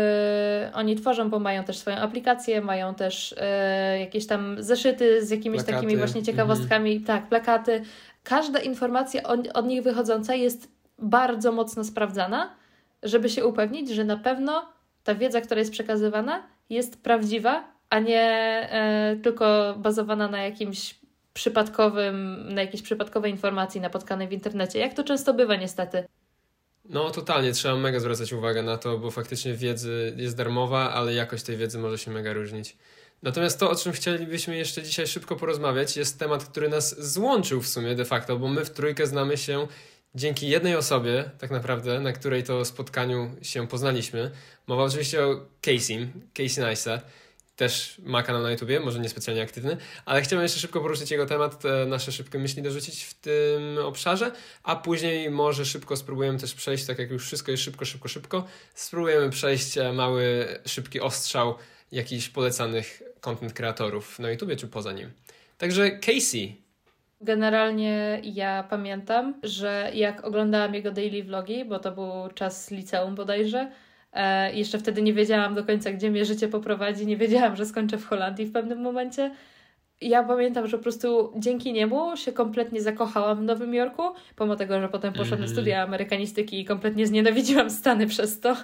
e, oni tworzą, bo mają też swoją aplikację, mają też e, jakieś tam zeszyty z jakimiś plakaty. Takimi właśnie ciekawostkami, mhm. tak, plakaty. Każda informacja od, od nich wychodząca jest bardzo mocno sprawdzana, żeby się upewnić, że na pewno ta wiedza, która jest przekazywana, jest prawdziwa, a nie e, tylko bazowana na jakimś przypadkowym, na jakiejś przypadkowej informacji napotkanej w internecie, jak to często bywa niestety.
No totalnie, trzeba mega zwracać uwagę na to, bo faktycznie wiedzy jest darmowa, ale jakość tej wiedzy może się mega różnić. Natomiast to, o czym chcielibyśmy jeszcze dzisiaj szybko porozmawiać, jest temat, który nas złączył w sumie de facto, bo my w trójkę znamy się dzięki jednej osobie, tak naprawdę, na której to spotkaniu się poznaliśmy. Mowa oczywiście o Casey, Casey Neistat. Też ma kanał na YouTubie, może niespecjalnie aktywny, ale chciałbym jeszcze szybko poruszyć jego temat, te nasze szybkie myśli dorzucić w tym obszarze, a później może szybko spróbujemy też przejść, tak jak już wszystko jest szybko, szybko, szybko, spróbujemy przejść mały, szybki ostrzał jakichś polecanych content kreatorów na YouTubie czy poza nim. Także Casey.
Generalnie ja pamiętam, że jak oglądałam jego daily vlogi, bo to był czas liceum bodajże, E, jeszcze wtedy nie wiedziałam do końca, gdzie mnie życie poprowadzi. Nie wiedziałam, że skończę w Holandii w pewnym momencie. Ja pamiętam, że po prostu dzięki niemu się kompletnie zakochałam w Nowym Jorku, pomimo tego, że potem poszłam mm-hmm. na studia amerykanistyki i kompletnie znienawidziłam Stany przez to.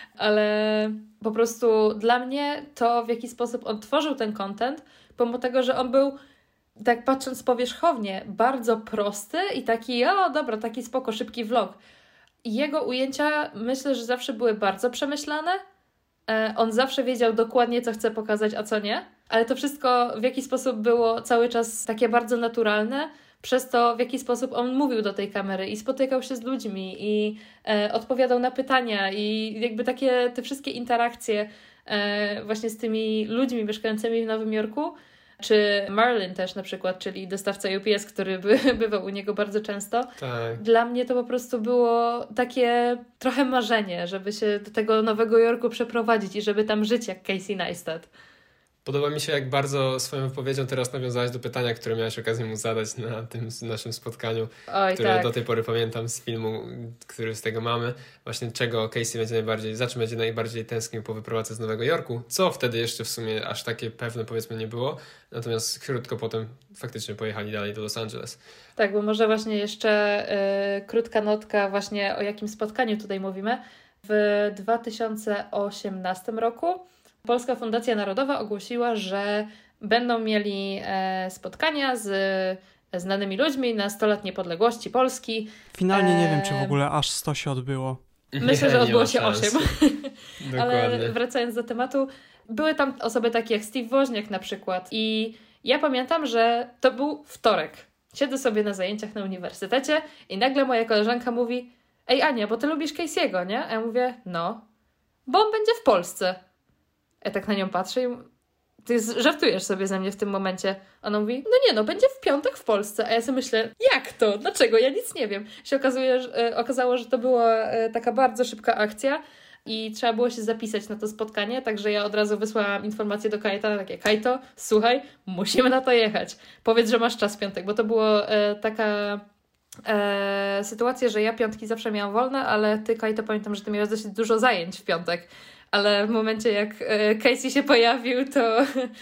Ale po prostu dla mnie to, w jaki sposób on tworzył ten content, pomimo tego, że on był, tak patrząc powierzchownie, bardzo prosty i taki, o dobra, taki spoko, szybki vlog. Jego ujęcia myślę, że zawsze były bardzo przemyślane. E, on zawsze wiedział dokładnie, co chce pokazać, a co nie. Ale to wszystko w jaki sposób było cały czas takie bardzo naturalne, przez to w jaki sposób on mówił do tej kamery i spotykał się z ludźmi i e, odpowiadał na pytania i jakby takie te wszystkie interakcje e, właśnie z tymi ludźmi mieszkającymi w Nowym Jorku. Czy Marlin też na przykład, czyli dostawca U P S, który by, bywał u niego bardzo często.
Tak.
Dla mnie to po prostu było takie trochę marzenie, żeby się do tego Nowego Jorku przeprowadzić i żeby tam żyć jak Casey Neistat.
Podoba mi się, jak bardzo swoją wypowiedzią teraz nawiązałeś do pytania, które miałeś okazję mu zadać na tym naszym spotkaniu,
Oj,
które
tak.
do tej pory pamiętam z filmu, który z tego mamy. Właśnie czego Casey będzie najbardziej, za czym będzie najbardziej tęsknił po wyprowadzce z Nowego Jorku, co wtedy jeszcze w sumie aż takie pewne powiedzmy nie było. Natomiast krótko potem faktycznie pojechali dalej do Los Angeles.
Tak, bo może właśnie jeszcze y, krótka notka właśnie o jakim spotkaniu tutaj mówimy. W dwa tysiące osiemnastym roku Polska Fundacja Narodowa ogłosiła, że będą mieli e, spotkania z znanymi ludźmi na sto lat niepodległości Polski.
Finalnie nie wiem, czy w ogóle aż sto się odbyło.
Myślę, że odbyło się osiem. Ale wracając do tematu, były tam osoby takie jak Steve Woźniak na przykład. I ja pamiętam, że to był wtorek. Siedzę sobie na zajęciach na uniwersytecie i nagle moja koleżanka mówi: ej Ania, bo ty lubisz Casey'ego, nie? A ja mówię: no, bo on będzie w Polsce. Ja tak na nią patrzę i ty żartujesz sobie ze mnie w tym momencie. Ona mówi: no nie, no będzie w piątek w Polsce. A ja sobie myślę: jak to? Dlaczego? Ja nic nie wiem. Się okazuje, że, e, okazało, że to była e, taka bardzo szybka akcja i trzeba było się zapisać na to spotkanie, także ja od razu wysłałam informację do Kajta, takie: Kajto, słuchaj, musimy na to jechać. Powiedz, że masz czas w piątek, bo to było e, taka e, sytuacja, że ja piątki zawsze miałam wolne, ale ty, Kajto, pamiętam, że ty miałeś dosyć dużo zajęć w piątek. Ale w momencie, jak Casey się pojawił, to,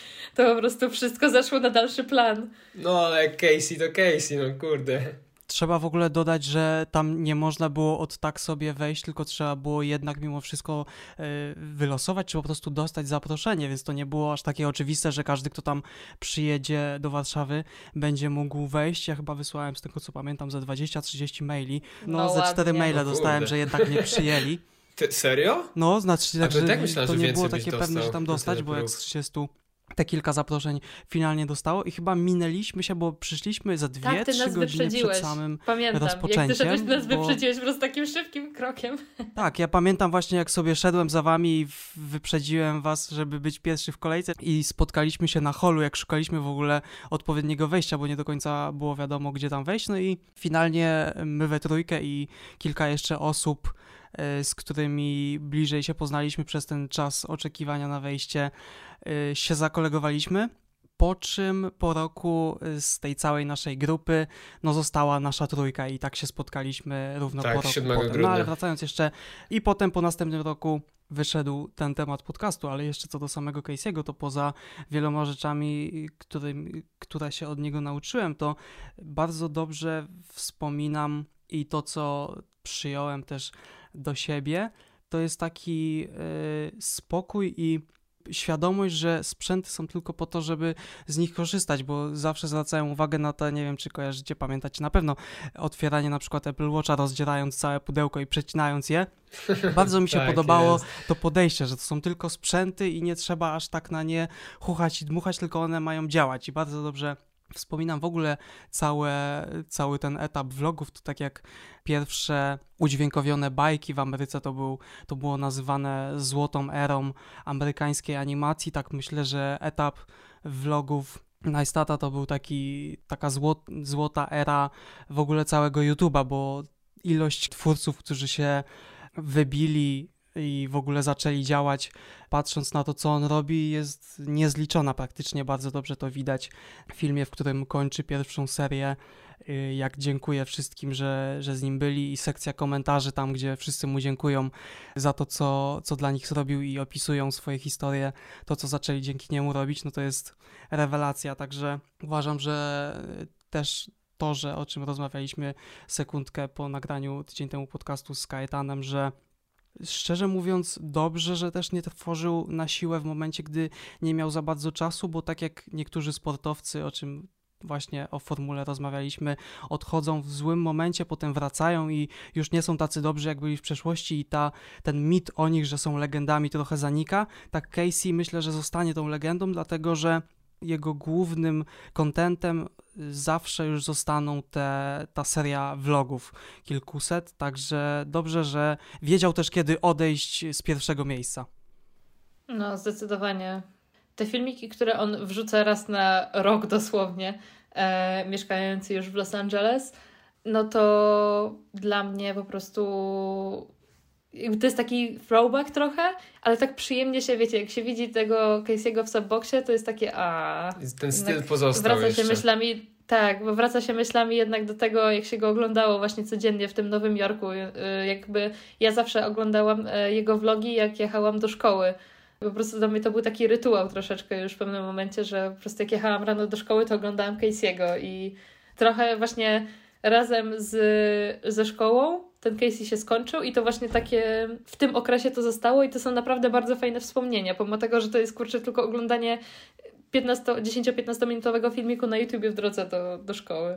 to po prostu wszystko zaszło na dalszy plan.
No, ale Casey to Casey, no kurde.
Trzeba w ogóle dodać, że tam nie można było od tak sobie wejść, tylko trzeba było jednak mimo wszystko y, wylosować, czy po prostu dostać zaproszenie, więc to nie było aż takie oczywiste, że każdy, kto tam przyjedzie do Warszawy, będzie mógł wejść. Ja chyba wysłałem, z tego co pamiętam, za dwadzieścia trzydzieści maili. No, no ze cztery maile
no
dostałem, że jednak mnie przyjęli.
Ty, serio?
No, znaczy, tak, że
tak myślałem,
to
że
nie było takie
dostał,
pewne, że tam dostać, bo jak z trzydziestu te kilka zaproszeń finalnie dostało i chyba minęliśmy się, bo przyszliśmy za dwie,
tak,
trzy godziny przed samym
pamiętam,
rozpoczęciem.
Jak ty szedłeś, nas
bo...
wyprzedziłeś po prostu takim szybkim krokiem.
Tak, ja pamiętam właśnie, jak sobie szedłem za wami i wyprzedziłem was, żeby być pierwszy w kolejce i spotkaliśmy się na holu, jak szukaliśmy w ogóle odpowiedniego wejścia, bo nie do końca było wiadomo, gdzie tam wejść. No i finalnie my we trójkę i kilka jeszcze osób, z którymi bliżej się poznaliśmy przez ten czas oczekiwania na wejście, się zakolegowaliśmy, po czym po roku z tej całej naszej grupy no została nasza trójka i tak się spotkaliśmy równo
tak,
po roku potem.
grudnia.
No ale wracając jeszcze i potem po następnym roku wyszedł ten temat podcastu, ale jeszcze co do samego Casey'ego, to poza wieloma rzeczami, którym, które się od niego nauczyłem, to bardzo dobrze wspominam i to, co przyjąłem też do siebie, to jest taki y, spokój i świadomość, że sprzęty są tylko po to, żeby z nich korzystać, bo zawsze zwracają uwagę na to, nie wiem, czy kojarzycie, pamiętacie na pewno, otwieranie na przykład Apple Watcha, rozdzierając całe pudełko i przecinając je. Bardzo mi się
tak
podobało
jest.
to podejście, że to są tylko sprzęty i nie trzeba aż tak na nie chuchać i dmuchać, tylko one mają działać i bardzo dobrze wspominam w ogóle całe, cały ten etap vlogów, to tak jak pierwsze udźwiękowione bajki w Ameryce to, był, to było nazywane złotą erą amerykańskiej animacji, tak myślę, że etap vlogów Najstata to był taki, taka zło, złota era w ogóle całego YouTube'a, bo ilość twórców, którzy się wybili i w ogóle zaczęli działać, patrząc na to, co on robi, jest niezliczona praktycznie. Bardzo dobrze to widać w filmie, w którym kończy pierwszą serię, jak dziękuję wszystkim, że, że z nim byli i sekcja komentarzy tam, gdzie wszyscy mu dziękują za to, co, co dla nich zrobił i opisują swoje historie, to, co zaczęli dzięki niemu robić, no to jest rewelacja, także uważam, że też to, że o czym rozmawialiśmy sekundkę po nagraniu tydzień temu podcastu z Kaetanem, że szczerze mówiąc, dobrze, że też nie tworzył na siłę w momencie, gdy nie miał za bardzo czasu, bo tak jak niektórzy sportowcy, o czym właśnie o formule rozmawialiśmy, odchodzą w złym momencie, potem wracają i już nie są tacy dobrzy, jak byli w przeszłości i ta, ten mit o nich, że są legendami, trochę zanika. Tak Casey myślę, że zostanie tą legendą, dlatego że jego głównym kontentem zawsze już zostaną te, ta seria vlogów kilkuset, także dobrze, że wiedział też, kiedy odejść z pierwszego miejsca.
No, zdecydowanie. Te filmiki, które on wrzuca raz na rok dosłownie, e, mieszkający już w Los Angeles, no to dla mnie po prostu to jest taki throwback trochę, ale tak przyjemnie się, wiecie, jak się widzi tego Casey'ego w Subboxie, to jest takie a
ten styl pozostał
wraca
jeszcze.
się myślami, tak, bo wraca się myślami jednak do tego, jak się go oglądało właśnie codziennie w tym Nowym Jorku. Jakby ja zawsze oglądałam jego vlogi, jak jechałam do szkoły. Po prostu dla mnie to był taki rytuał troszeczkę już w pewnym momencie, że po prostu jak jechałam rano do szkoły, to oglądałam Casey'ego i trochę właśnie razem z, ze szkołą ten Casey się skończył i to właśnie takie w tym okresie to zostało i to są naprawdę bardzo fajne wspomnienia, pomimo tego, że to jest kurczę tylko oglądanie dziesięcio-piętnastominutowego filmiku na YouTubie w drodze do, do szkoły.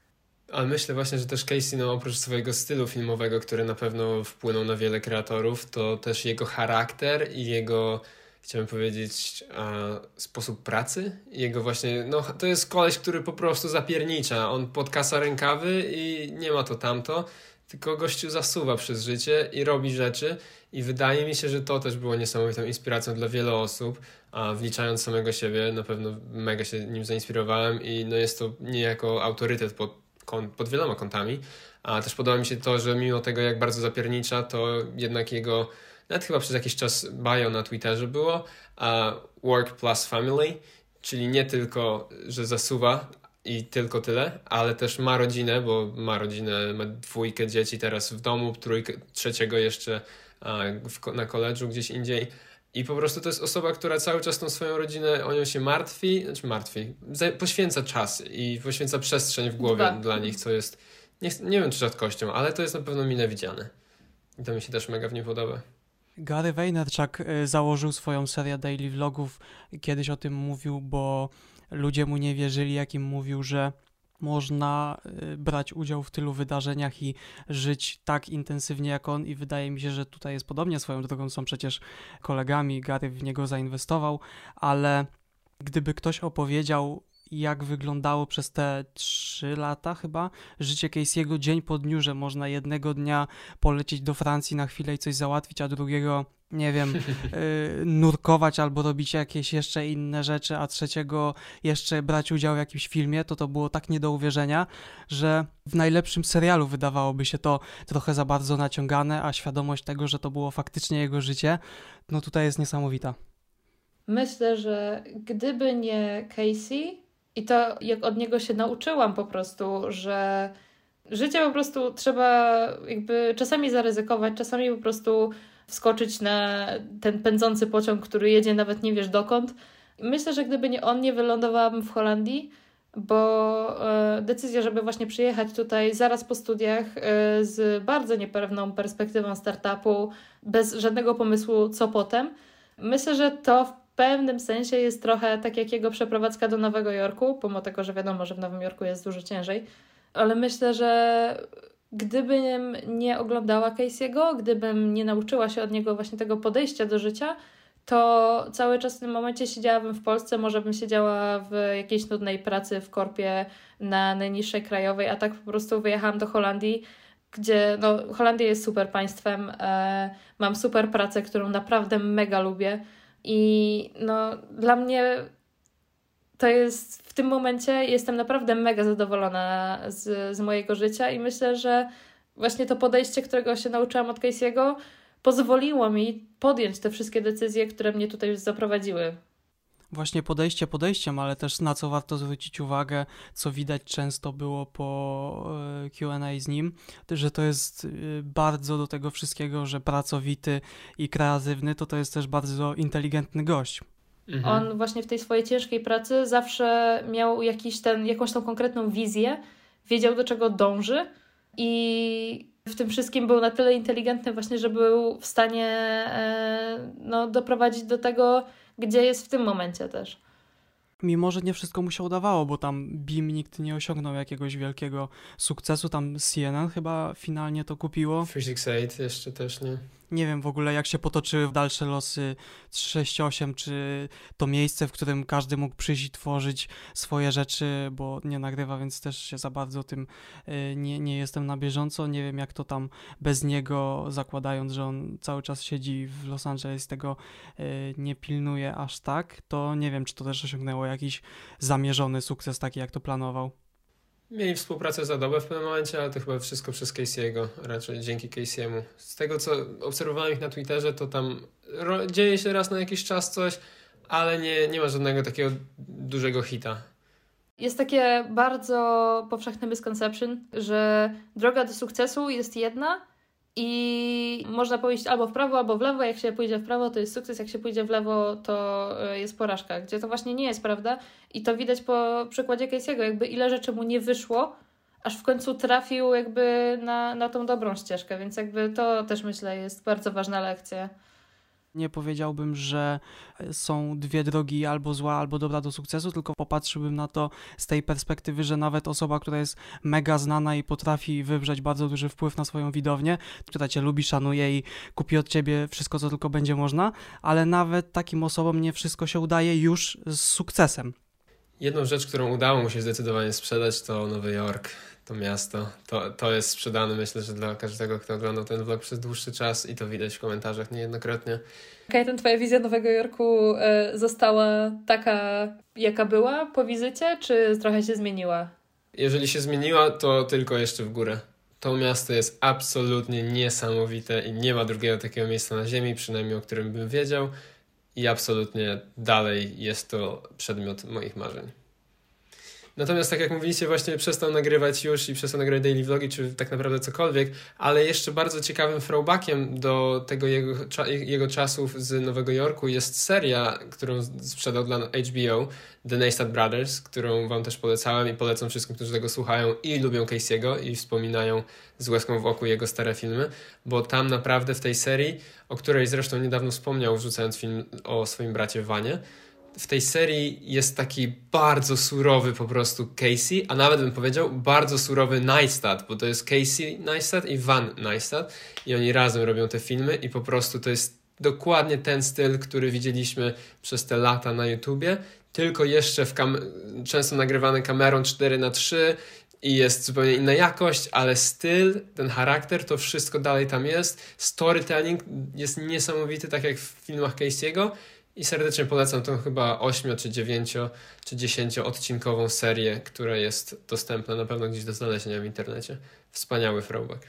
Ale myślę właśnie, że też Casey, no oprócz swojego stylu filmowego, który na pewno wpłynął na wiele kreatorów, to też jego charakter i jego, chciałem powiedzieć, a, sposób pracy. Jego właśnie, no to jest koleś, który po prostu zapiernicza. On podkasa rękawy i nie ma to tamto, tylko gościu zasuwa przez życie i robi rzeczy. I wydaje mi się, że to też było niesamowitą inspiracją dla wielu osób, a wliczając samego siebie, na pewno mega się nim zainspirowałem i no jest to niejako autorytet pod, pod wieloma kątami, a też podoba mi się to, że mimo tego jak bardzo zapiernicza, to jednak jego, nawet chyba przez jakiś czas bio na Twitterze było, a work plus family, czyli nie tylko, że zasuwa i tylko tyle, ale też ma rodzinę, bo ma rodzinę, ma dwójkę dzieci teraz w domu, trójkę, trzeciego jeszcze w, na koledżu gdzieś indziej i po prostu to jest osoba, która cały czas tą swoją rodzinę, o nią się martwi, znaczy martwi, poświęca czas i poświęca przestrzeń w głowie Dwa. dla nich, co jest, nie, nie wiem czy rzadkością, ale to jest na pewno mile widziane i to mi się też mega w nim podoba.
Gary Vaynerchuk założył swoją serię daily vlogów, kiedyś o tym mówił, bo ludzie mu nie wierzyli, jak im mówił, że można brać udział w tylu wydarzeniach i żyć tak intensywnie jak on i wydaje mi się, że tutaj jest podobnie, swoją drogą są przecież kolegami, Gary w niego zainwestował, ale gdyby ktoś opowiedział, jak wyglądało przez te trzy lata chyba życie Casey'ego dzień po dniu, że można jednego dnia polecieć do Francji na chwilę i coś załatwić, a drugiego, nie wiem, yy, nurkować albo robić jakieś jeszcze inne rzeczy, a trzeciego jeszcze brać udział w jakimś filmie, to to było tak nie do uwierzenia, że w najlepszym serialu wydawałoby się to trochę za bardzo naciągane, a świadomość tego, że to było faktycznie jego życie, no tutaj jest niesamowita.
Myślę, że gdyby nie Casey i to jak od niego się nauczyłam po prostu, że życie po prostu trzeba jakby czasami zaryzykować, czasami po prostu wskoczyć na ten pędzący pociąg, który jedzie nawet nie wiesz dokąd. Myślę, że gdyby nie on, nie wylądowałabym w Holandii, bo e, decyzja, żeby właśnie przyjechać tutaj zaraz po studiach e, z bardzo niepewną perspektywą startupu, bez żadnego pomysłu co potem, myślę, że to w pewnym sensie jest trochę tak jak jego przeprowadzka do Nowego Jorku, pomimo tego, że wiadomo, że w Nowym Jorku jest dużo ciężej, ale myślę, że gdybym nie oglądała Casey'ego, gdybym nie nauczyła się od niego właśnie tego podejścia do życia, to cały czas w tym momencie siedziałabym w Polsce, może bym siedziała w jakiejś nudnej pracy w korpie na najniższej krajowej, a tak po prostu wyjechałam do Holandii, gdzie no, Holandia jest super państwem, e, mam super pracę, którą naprawdę mega lubię i no dla mnie to jest w tym momencie jestem naprawdę mega zadowolona z, z mojego życia i myślę, że właśnie to podejście, którego się nauczyłam od Casey'ego, pozwoliło mi podjąć te wszystkie decyzje, które mnie tutaj już zaprowadziły.
Właśnie podejście podejściem, ale też na co warto zwrócić uwagę, co widać często było po Q and A z nim, że to jest bardzo do tego wszystkiego, że pracowity i kreatywny, to to jest też bardzo inteligentny gość.
Mhm. On właśnie w tej swojej ciężkiej pracy zawsze miał jakiś ten, jakąś tą konkretną wizję, wiedział do czego dąży i w tym wszystkim był na tyle inteligentny właśnie, że był w stanie e, no, doprowadzić do tego, gdzie jest w tym momencie też.
Mimo, że nie wszystko mu się udawało, bo tam B I M nikt nie osiągnął jakiegoś wielkiego sukcesu, tam C N N chyba finalnie to kupiło.
trzy sześć osiem jeszcze też nie.
Nie wiem w ogóle jak się potoczyły dalsze losy trzy sześć osiem, czy to miejsce, w którym każdy mógł przyjść i tworzyć swoje rzeczy, bo nie nagrywa, więc też się za bardzo tym nie, nie jestem na bieżąco. Nie wiem jak to tam bez niego, zakładając, że on cały czas siedzi w Los Angeles, tego nie pilnuje aż tak, to nie wiem czy to też osiągnęło jakiś zamierzony sukces taki jak to planował.
Mieli współpracę z Adobe w pewnym momencie, ale to chyba wszystko przez Casey'ego, raczej dzięki Casey'emu. Z tego, co obserwowałem ich na Twitterze, to tam ro- dzieje się raz na jakiś czas coś, ale nie, nie ma żadnego takiego dużego hita.
Jest takie bardzo powszechne misconception, że droga do sukcesu jest jedna i można pójść albo w prawo, albo w lewo. Jak się pójdzie w prawo, to jest sukces, jak się pójdzie w lewo, to jest porażka. Gdzie to właśnie nie jest prawda. I to widać po przykładzie Casey'ego, jakby ile rzeczy mu nie wyszło, aż w końcu trafił jakby na, na tą dobrą ścieżkę. Więc jakby to też myślę jest bardzo ważna lekcja.
Nie powiedziałbym, że są dwie drogi, albo zła, albo dobra do sukcesu, tylko popatrzyłbym na to z tej perspektywy, że nawet osoba, która jest mega znana i potrafi wywrzeć bardzo duży wpływ na swoją widownię, która cię lubi, szanuje i kupi od ciebie wszystko, co tylko będzie można, ale nawet takim osobom nie wszystko się udaje już z sukcesem.
Jedną rzecz, którą udało mu się zdecydowanie sprzedać, to Nowy Jork, to miasto. To, to jest sprzedane, myślę, że dla każdego, kto oglądał ten vlog przez dłuższy czas i to widać w komentarzach niejednokrotnie.
Kajetan, twoja wizja Nowego Jorku y, została taka, jaka była po wizycie, czy trochę się zmieniła?
Jeżeli się zmieniła, to tylko jeszcze w górę. To miasto jest absolutnie niesamowite i nie ma drugiego takiego miejsca na ziemi, przynajmniej o którym bym wiedział. I absolutnie dalej jest to przedmiot moich marzeń. Natomiast tak jak mówiliście, właśnie przestał nagrywać już i przestał nagrywać daily vlogi, czy tak naprawdę cokolwiek, ale jeszcze bardzo ciekawym throwbackiem do tego jego, jego czasów z Nowego Jorku jest seria, którą sprzedał dla H B O, The Neistat Brothers, którą wam też polecałem i polecam wszystkim, którzy tego słuchają i lubią Casey'ego i wspominają z łezką w oku jego stare filmy, bo tam naprawdę w tej serii, o której zresztą niedawno wspomniał, wrzucając film o swoim bracie Vanie, w tej serii jest taki bardzo surowy po prostu Casey, a nawet bym powiedział bardzo surowy Neistat, bo to jest Casey Neistat i Van Neistat i oni razem robią te filmy i po prostu to jest dokładnie ten styl, który widzieliśmy przez te lata na YouTubie, tylko jeszcze w kam- często nagrywany kamerą cztery na trzy i jest zupełnie inna jakość, ale styl, ten charakter, to wszystko dalej tam jest. Storytelling jest niesamowity, tak jak w filmach Casey'ego. I serdecznie polecam tą chyba ośmiu, czy dziewięcio, czy dziesięcio odcinkową serię, która jest dostępna na pewno gdzieś do znalezienia w internecie. Wspaniały throwback.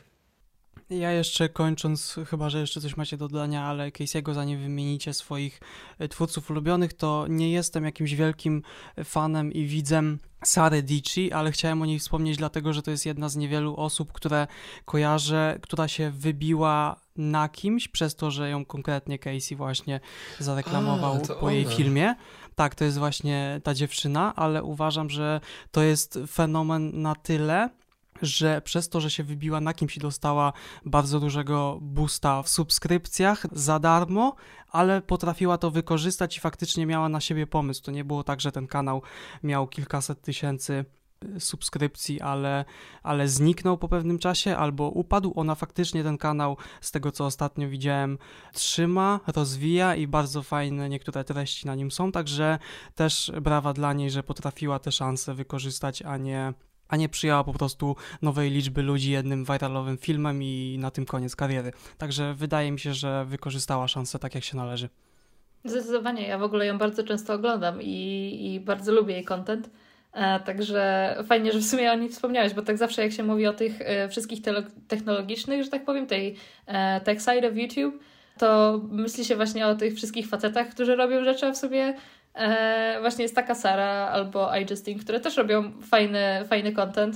Ja jeszcze kończąc, chyba że jeszcze coś macie do dodania, ale Casey'ego, zanim wymienicie swoich twórców ulubionych, to nie jestem jakimś wielkim fanem i widzem Sary Dietschy, ale chciałem o niej wspomnieć dlatego, że to jest jedna z niewielu osób, które kojarzę, która się wybiła na kimś przez to, że ją konkretnie Casey właśnie zareklamował
A,
po jej
ona.
filmie. Tak, to jest właśnie ta dziewczyna, ale uważam, że to jest fenomen na tyle, że przez to, że się wybiła na kimś i dostała bardzo dużego boosta w subskrypcjach za darmo, ale potrafiła to wykorzystać i faktycznie miała na siebie pomysł. To nie było tak, że ten kanał miał kilkaset tysięcy subskrypcji, ale, ale zniknął po pewnym czasie albo upadł. Ona faktycznie ten kanał, z tego co ostatnio widziałem, trzyma, rozwija i bardzo fajne niektóre treści na nim są, także też brawa dla niej, że potrafiła te szanse wykorzystać, a nie a nie przyjęła po prostu nowej liczby ludzi jednym viralowym filmem i na tym koniec kariery. Także wydaje mi się, że wykorzystała szansę tak, jak się należy.
Zdecydowanie. Ja w ogóle ją bardzo często oglądam i, i bardzo lubię jej content. E, także fajnie, że w sumie o niej wspomniałeś, bo tak zawsze jak się mówi o tych e, wszystkich te- technologicznych, że tak powiem, tej e, tech side of YouTube, to myśli się właśnie o tych wszystkich facetach, którzy robią rzeczy, a w sobie e, właśnie jest taka Sara albo iJustine, które też robią fajny, fajny content.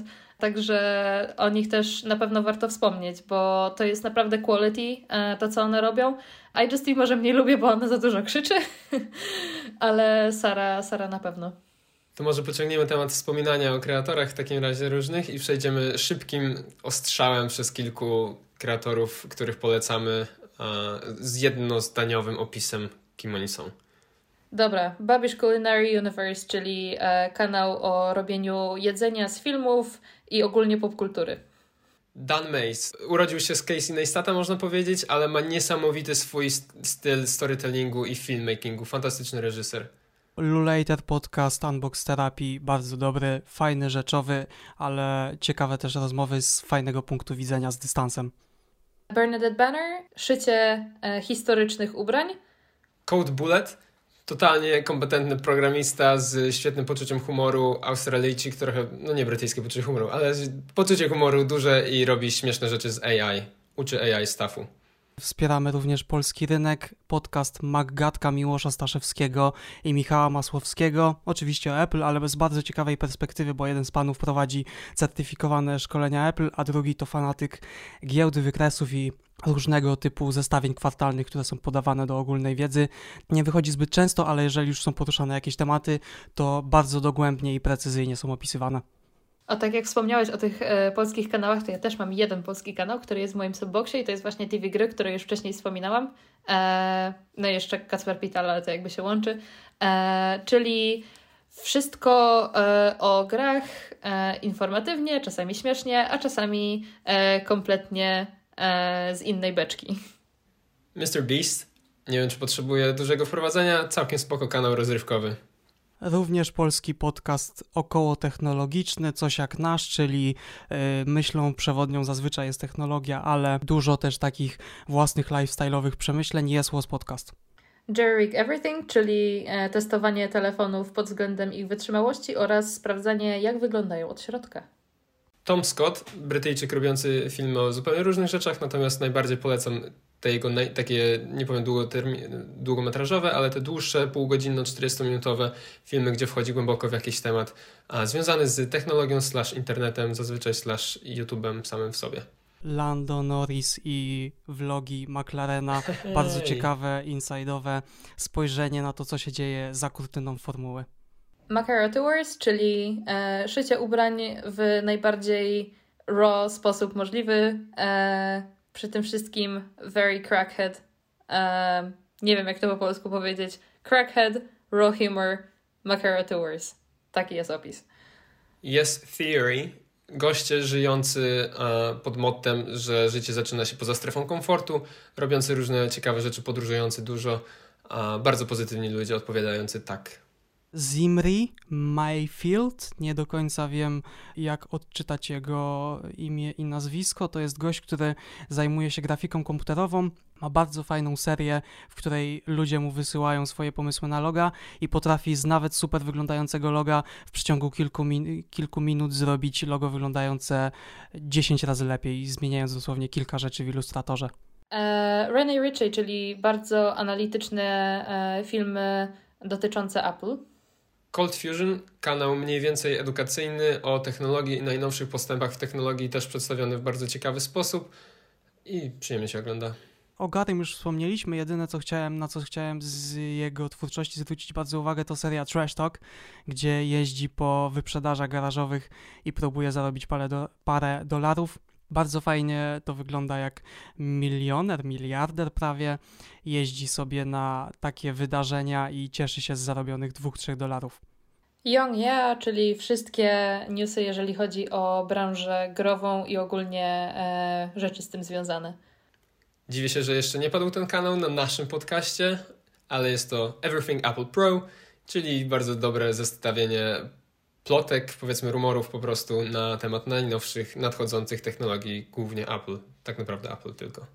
Także o nich też na pewno warto wspomnieć, bo to jest naprawdę quality, e, to co one robią. iJustine może mniej lubię, bo ona za dużo krzyczy, ale Sara, Sara na pewno.
To może pociągniemy temat wspominania o kreatorach w takim razie różnych i przejdziemy szybkim ostrzałem przez kilku kreatorów, których polecamy, z jednozdaniowym opisem, kim oni są.
Dobra, Babish Culinary Universe, czyli e, kanał o robieniu jedzenia z filmów i ogólnie popkultury.
Dan Mays. Urodził się z Casey Neistata, można powiedzieć, ale ma niesamowity swój styl storytellingu i filmmakingu. Fantastyczny reżyser.
Lulater podcast, Unbox Therapy, bardzo dobry, fajny, rzeczowy, ale ciekawe też rozmowy z fajnego punktu widzenia, z dystansem.
Bernadette Banner, szycie e, historycznych ubrań.
Code Bullet, Totalnie kompetentny programista z świetnym poczuciem humoru, Australijczyk, trochę, no nie brytyjskie poczucie humoru, ale poczucie humoru duże i robi śmieszne rzeczy z A I. Uczy A I staffu.
Wspieramy również polski rynek, podcast MacGadka Miłosza Staszewskiego i Michała Masłowskiego. Oczywiście o Apple, ale bez bardzo ciekawej perspektywy, bo jeden z panów prowadzi certyfikowane szkolenia Apple, a drugi to fanatyk giełdy, wykresów i różnego typu zestawień kwartalnych, które są podawane do ogólnej wiedzy. Nie wychodzi zbyt często, ale jeżeli już są poruszane jakieś tematy, to bardzo dogłębnie i precyzyjnie są opisywane.
A tak jak wspomniałeś o tych e, polskich kanałach, to ja też mam jeden polski kanał, który jest w moim subboxie i to jest właśnie T V Gry, który już wcześniej wspominałam. E, no i jeszcze Kacper Pital, ale to jakby się łączy. E, czyli wszystko e, o grach e, informatywnie, czasami śmiesznie, a czasami e, kompletnie e, z innej beczki.
mister Beast. Nie wiem, czy potrzebuje dużego wprowadzenia. Całkiem spoko kanał rozrywkowy.
Również polski podcast okołotechnologiczny, coś jak nasz, czyli yy, myślą przewodnią zazwyczaj jest technologia, ale dużo też takich własnych lifestyle'owych przemyśleń. Jest Łos Podcast.
Jerry Everything, czyli e, testowanie telefonów pod względem ich wytrzymałości oraz sprawdzanie, jak wyglądają od środka.
Tom Scott, Brytyjczyk robiący filmy o zupełnie różnych rzeczach, natomiast najbardziej polecam te jego naj, takie, nie powiem długotermi- długometrażowe, ale te dłuższe, półgodzinno, czterdziestominutowe filmy, gdzie wchodzi głęboko w jakiś temat a, związany z technologią slash internetem, zazwyczaj slash YouTube'em samym w sobie.
Lando Norris i vlogi McLarena. Bardzo ciekawe, inside'owe spojrzenie na to, co się dzieje za kurtyną formuły.
Makara Tours, czyli e, szycie ubrań w najbardziej raw sposób możliwy. E, przy tym wszystkim very crackhead. E, nie wiem, jak to po polsku powiedzieć. Crackhead, raw humor, Makara Tours. Taki jest opis.
Jest Theory. Goście żyjący e, pod mottem, że życie zaczyna się poza strefą komfortu, robiący różne ciekawe rzeczy, podróżujący dużo. A bardzo pozytywni ludzie odpowiadający tak.
Zimri Mayfield, nie do końca wiem, jak odczytać jego imię i nazwisko. To jest gość, który zajmuje się grafiką komputerową, ma bardzo fajną serię, w której ludzie mu wysyłają swoje pomysły na loga i potrafi z nawet super wyglądającego loga w przeciągu kilku, min- kilku minut zrobić logo wyglądające dziesięć razy lepiej, zmieniając dosłownie kilka rzeczy w Illustratorze.
E, Rene Ritchie, czyli bardzo analityczne e, filmy dotyczące Apple.
Cold Fusion, kanał mniej więcej edukacyjny o technologii i najnowszych postępach w technologii, też przedstawiony w bardzo ciekawy sposób i przyjemnie się ogląda.
O Garym już wspomnieliśmy, jedyne co chciałem, na co chciałem z jego twórczości zwrócić bardzo uwagę, to seria Trash Talk, gdzie jeździ po wyprzedażach garażowych i próbuje zarobić parę, do, parę dolarów. Bardzo fajnie to wygląda, jak milioner, miliarder prawie jeździ sobie na takie wydarzenia i cieszy się z zarobionych dwóch, trzech dolarów.
Young Yeah, czyli wszystkie newsy, jeżeli chodzi o branżę grową i ogólnie e, rzeczy z tym związane.
Dziwię się, że jeszcze nie padł ten kanał na naszym podcaście, ale jest to Everything Apple Pro, czyli bardzo dobre zestawienie plotek, powiedzmy rumorów po prostu na temat najnowszych, nadchodzących technologii, głównie Apple. Tak naprawdę Apple tylko.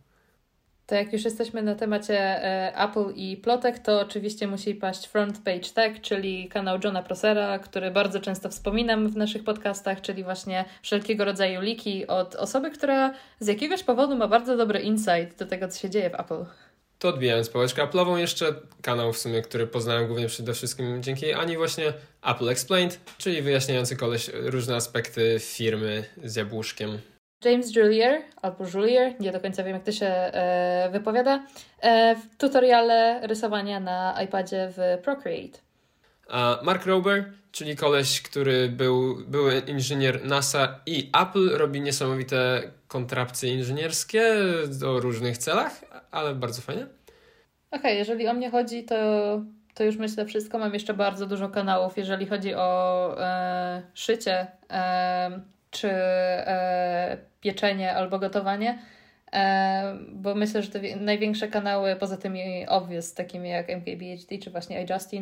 To jak już jesteśmy na temacie e, Apple i plotek, to oczywiście musi paść Front Page Tech, czyli kanał Johna Prossera, który bardzo często wspominam w naszych podcastach, czyli właśnie wszelkiego rodzaju leaki od osoby, która z jakiegoś powodu ma bardzo dobry insight do tego, co się dzieje w Apple.
To odbijając pałeczkę Apple'ową, jeszcze kanał w sumie, który poznałem głównie przede wszystkim dzięki Ani właśnie, Apple Explained, czyli wyjaśniający koleś różne aspekty firmy z jabłuszkiem.
James Julier, albo Julier, nie do końca wiem, jak to się e, wypowiada, e, w tutoriale rysowania na iPadzie w Procreate.
A Mark Rober, czyli koleś, który był, był inżynier NASA i Apple, robi niesamowite kontrapcje inżynierskie o różnych celach, ale bardzo fajnie.
Okej, okay, jeżeli o mnie chodzi, to, to już myślę wszystko. Mam jeszcze bardzo dużo kanałów, jeżeli chodzi o e, szycie, e, czy e, pieczenie albo gotowanie, e, bo myślę, że te największe kanały, poza tymi obvious, takimi jak M K B H D czy właśnie iJustin,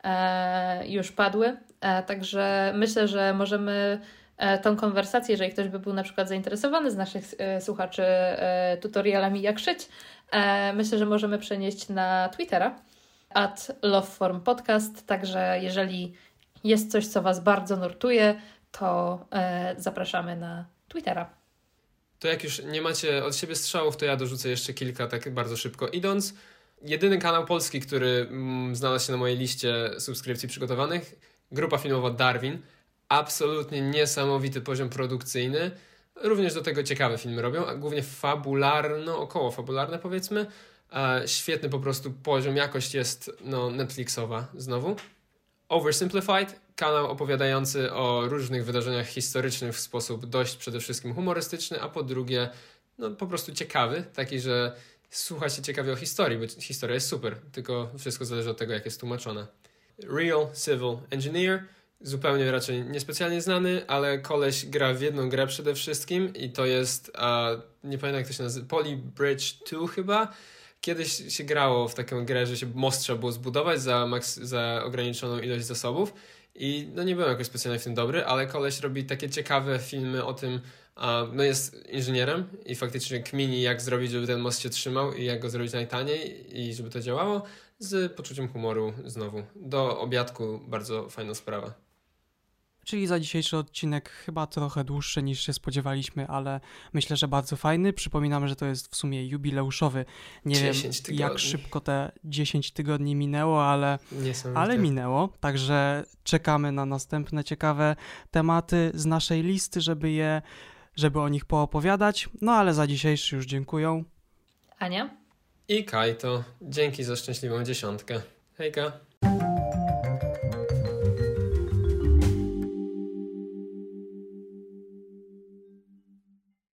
e, już padły. E, także myślę, że możemy e, tą konwersację, jeżeli ktoś by był na przykład zainteresowany z naszych e, słuchaczy e, tutorialami jak szyć, e, myślę, że możemy przenieść na Twittera. at Loveform Podcast, także jeżeli jest coś, co Was bardzo nurtuje, to e, zapraszamy na Twittera.
To jak już nie macie od siebie strzałów, to ja dorzucę jeszcze kilka tak bardzo szybko idąc. Jedyny kanał polski, który mm, znalazł się na mojej liście subskrypcji przygotowanych, grupa filmowa Darwin. Absolutnie niesamowity poziom produkcyjny. Również do tego ciekawe filmy robią, a głównie fabularno, około fabularne powiedzmy. E, świetny po prostu poziom, jakość jest no, Netflixowa znowu. Oversimplified, kanał opowiadający o różnych wydarzeniach historycznych w sposób dość przede wszystkim humorystyczny, a po drugie no, po prostu ciekawy, taki, że słucha się ciekawie o historii, bo historia jest super, tylko wszystko zależy od tego, jak jest tłumaczona. Real Civil Engineer, zupełnie raczej niespecjalnie znany, ale koleś gra w jedną grę przede wszystkim i to jest, uh, nie pamiętam jak to się nazywa, Poly Bridge dwa chyba. Kiedyś się grało w taką grę, że się most trzeba było zbudować za, maks- za ograniczoną ilość zasobów i no nie byłem jakoś specjalnie w tym dobry, ale koleś robi takie ciekawe filmy o tym, uh, no jest inżynierem i faktycznie kmini jak zrobić, żeby ten most się trzymał i jak go zrobić najtaniej i żeby to działało, z poczuciem humoru znowu. Do obiadku bardzo fajna sprawa.
Czyli za dzisiejszy odcinek chyba trochę dłuższy niż się spodziewaliśmy, ale myślę, że bardzo fajny. Przypominam, że to jest w sumie jubileuszowy. Nie wiem,
tygodni.
jak szybko te dziesięć tygodni minęło, ale, ale minęło. Także czekamy na następne ciekawe tematy z naszej listy, żeby je, żeby o nich poopowiadać. No ale za dzisiejszy już dziękuję.
Ania?
I Kajto. Dzięki za szczęśliwą dziesiątkę. Hejka.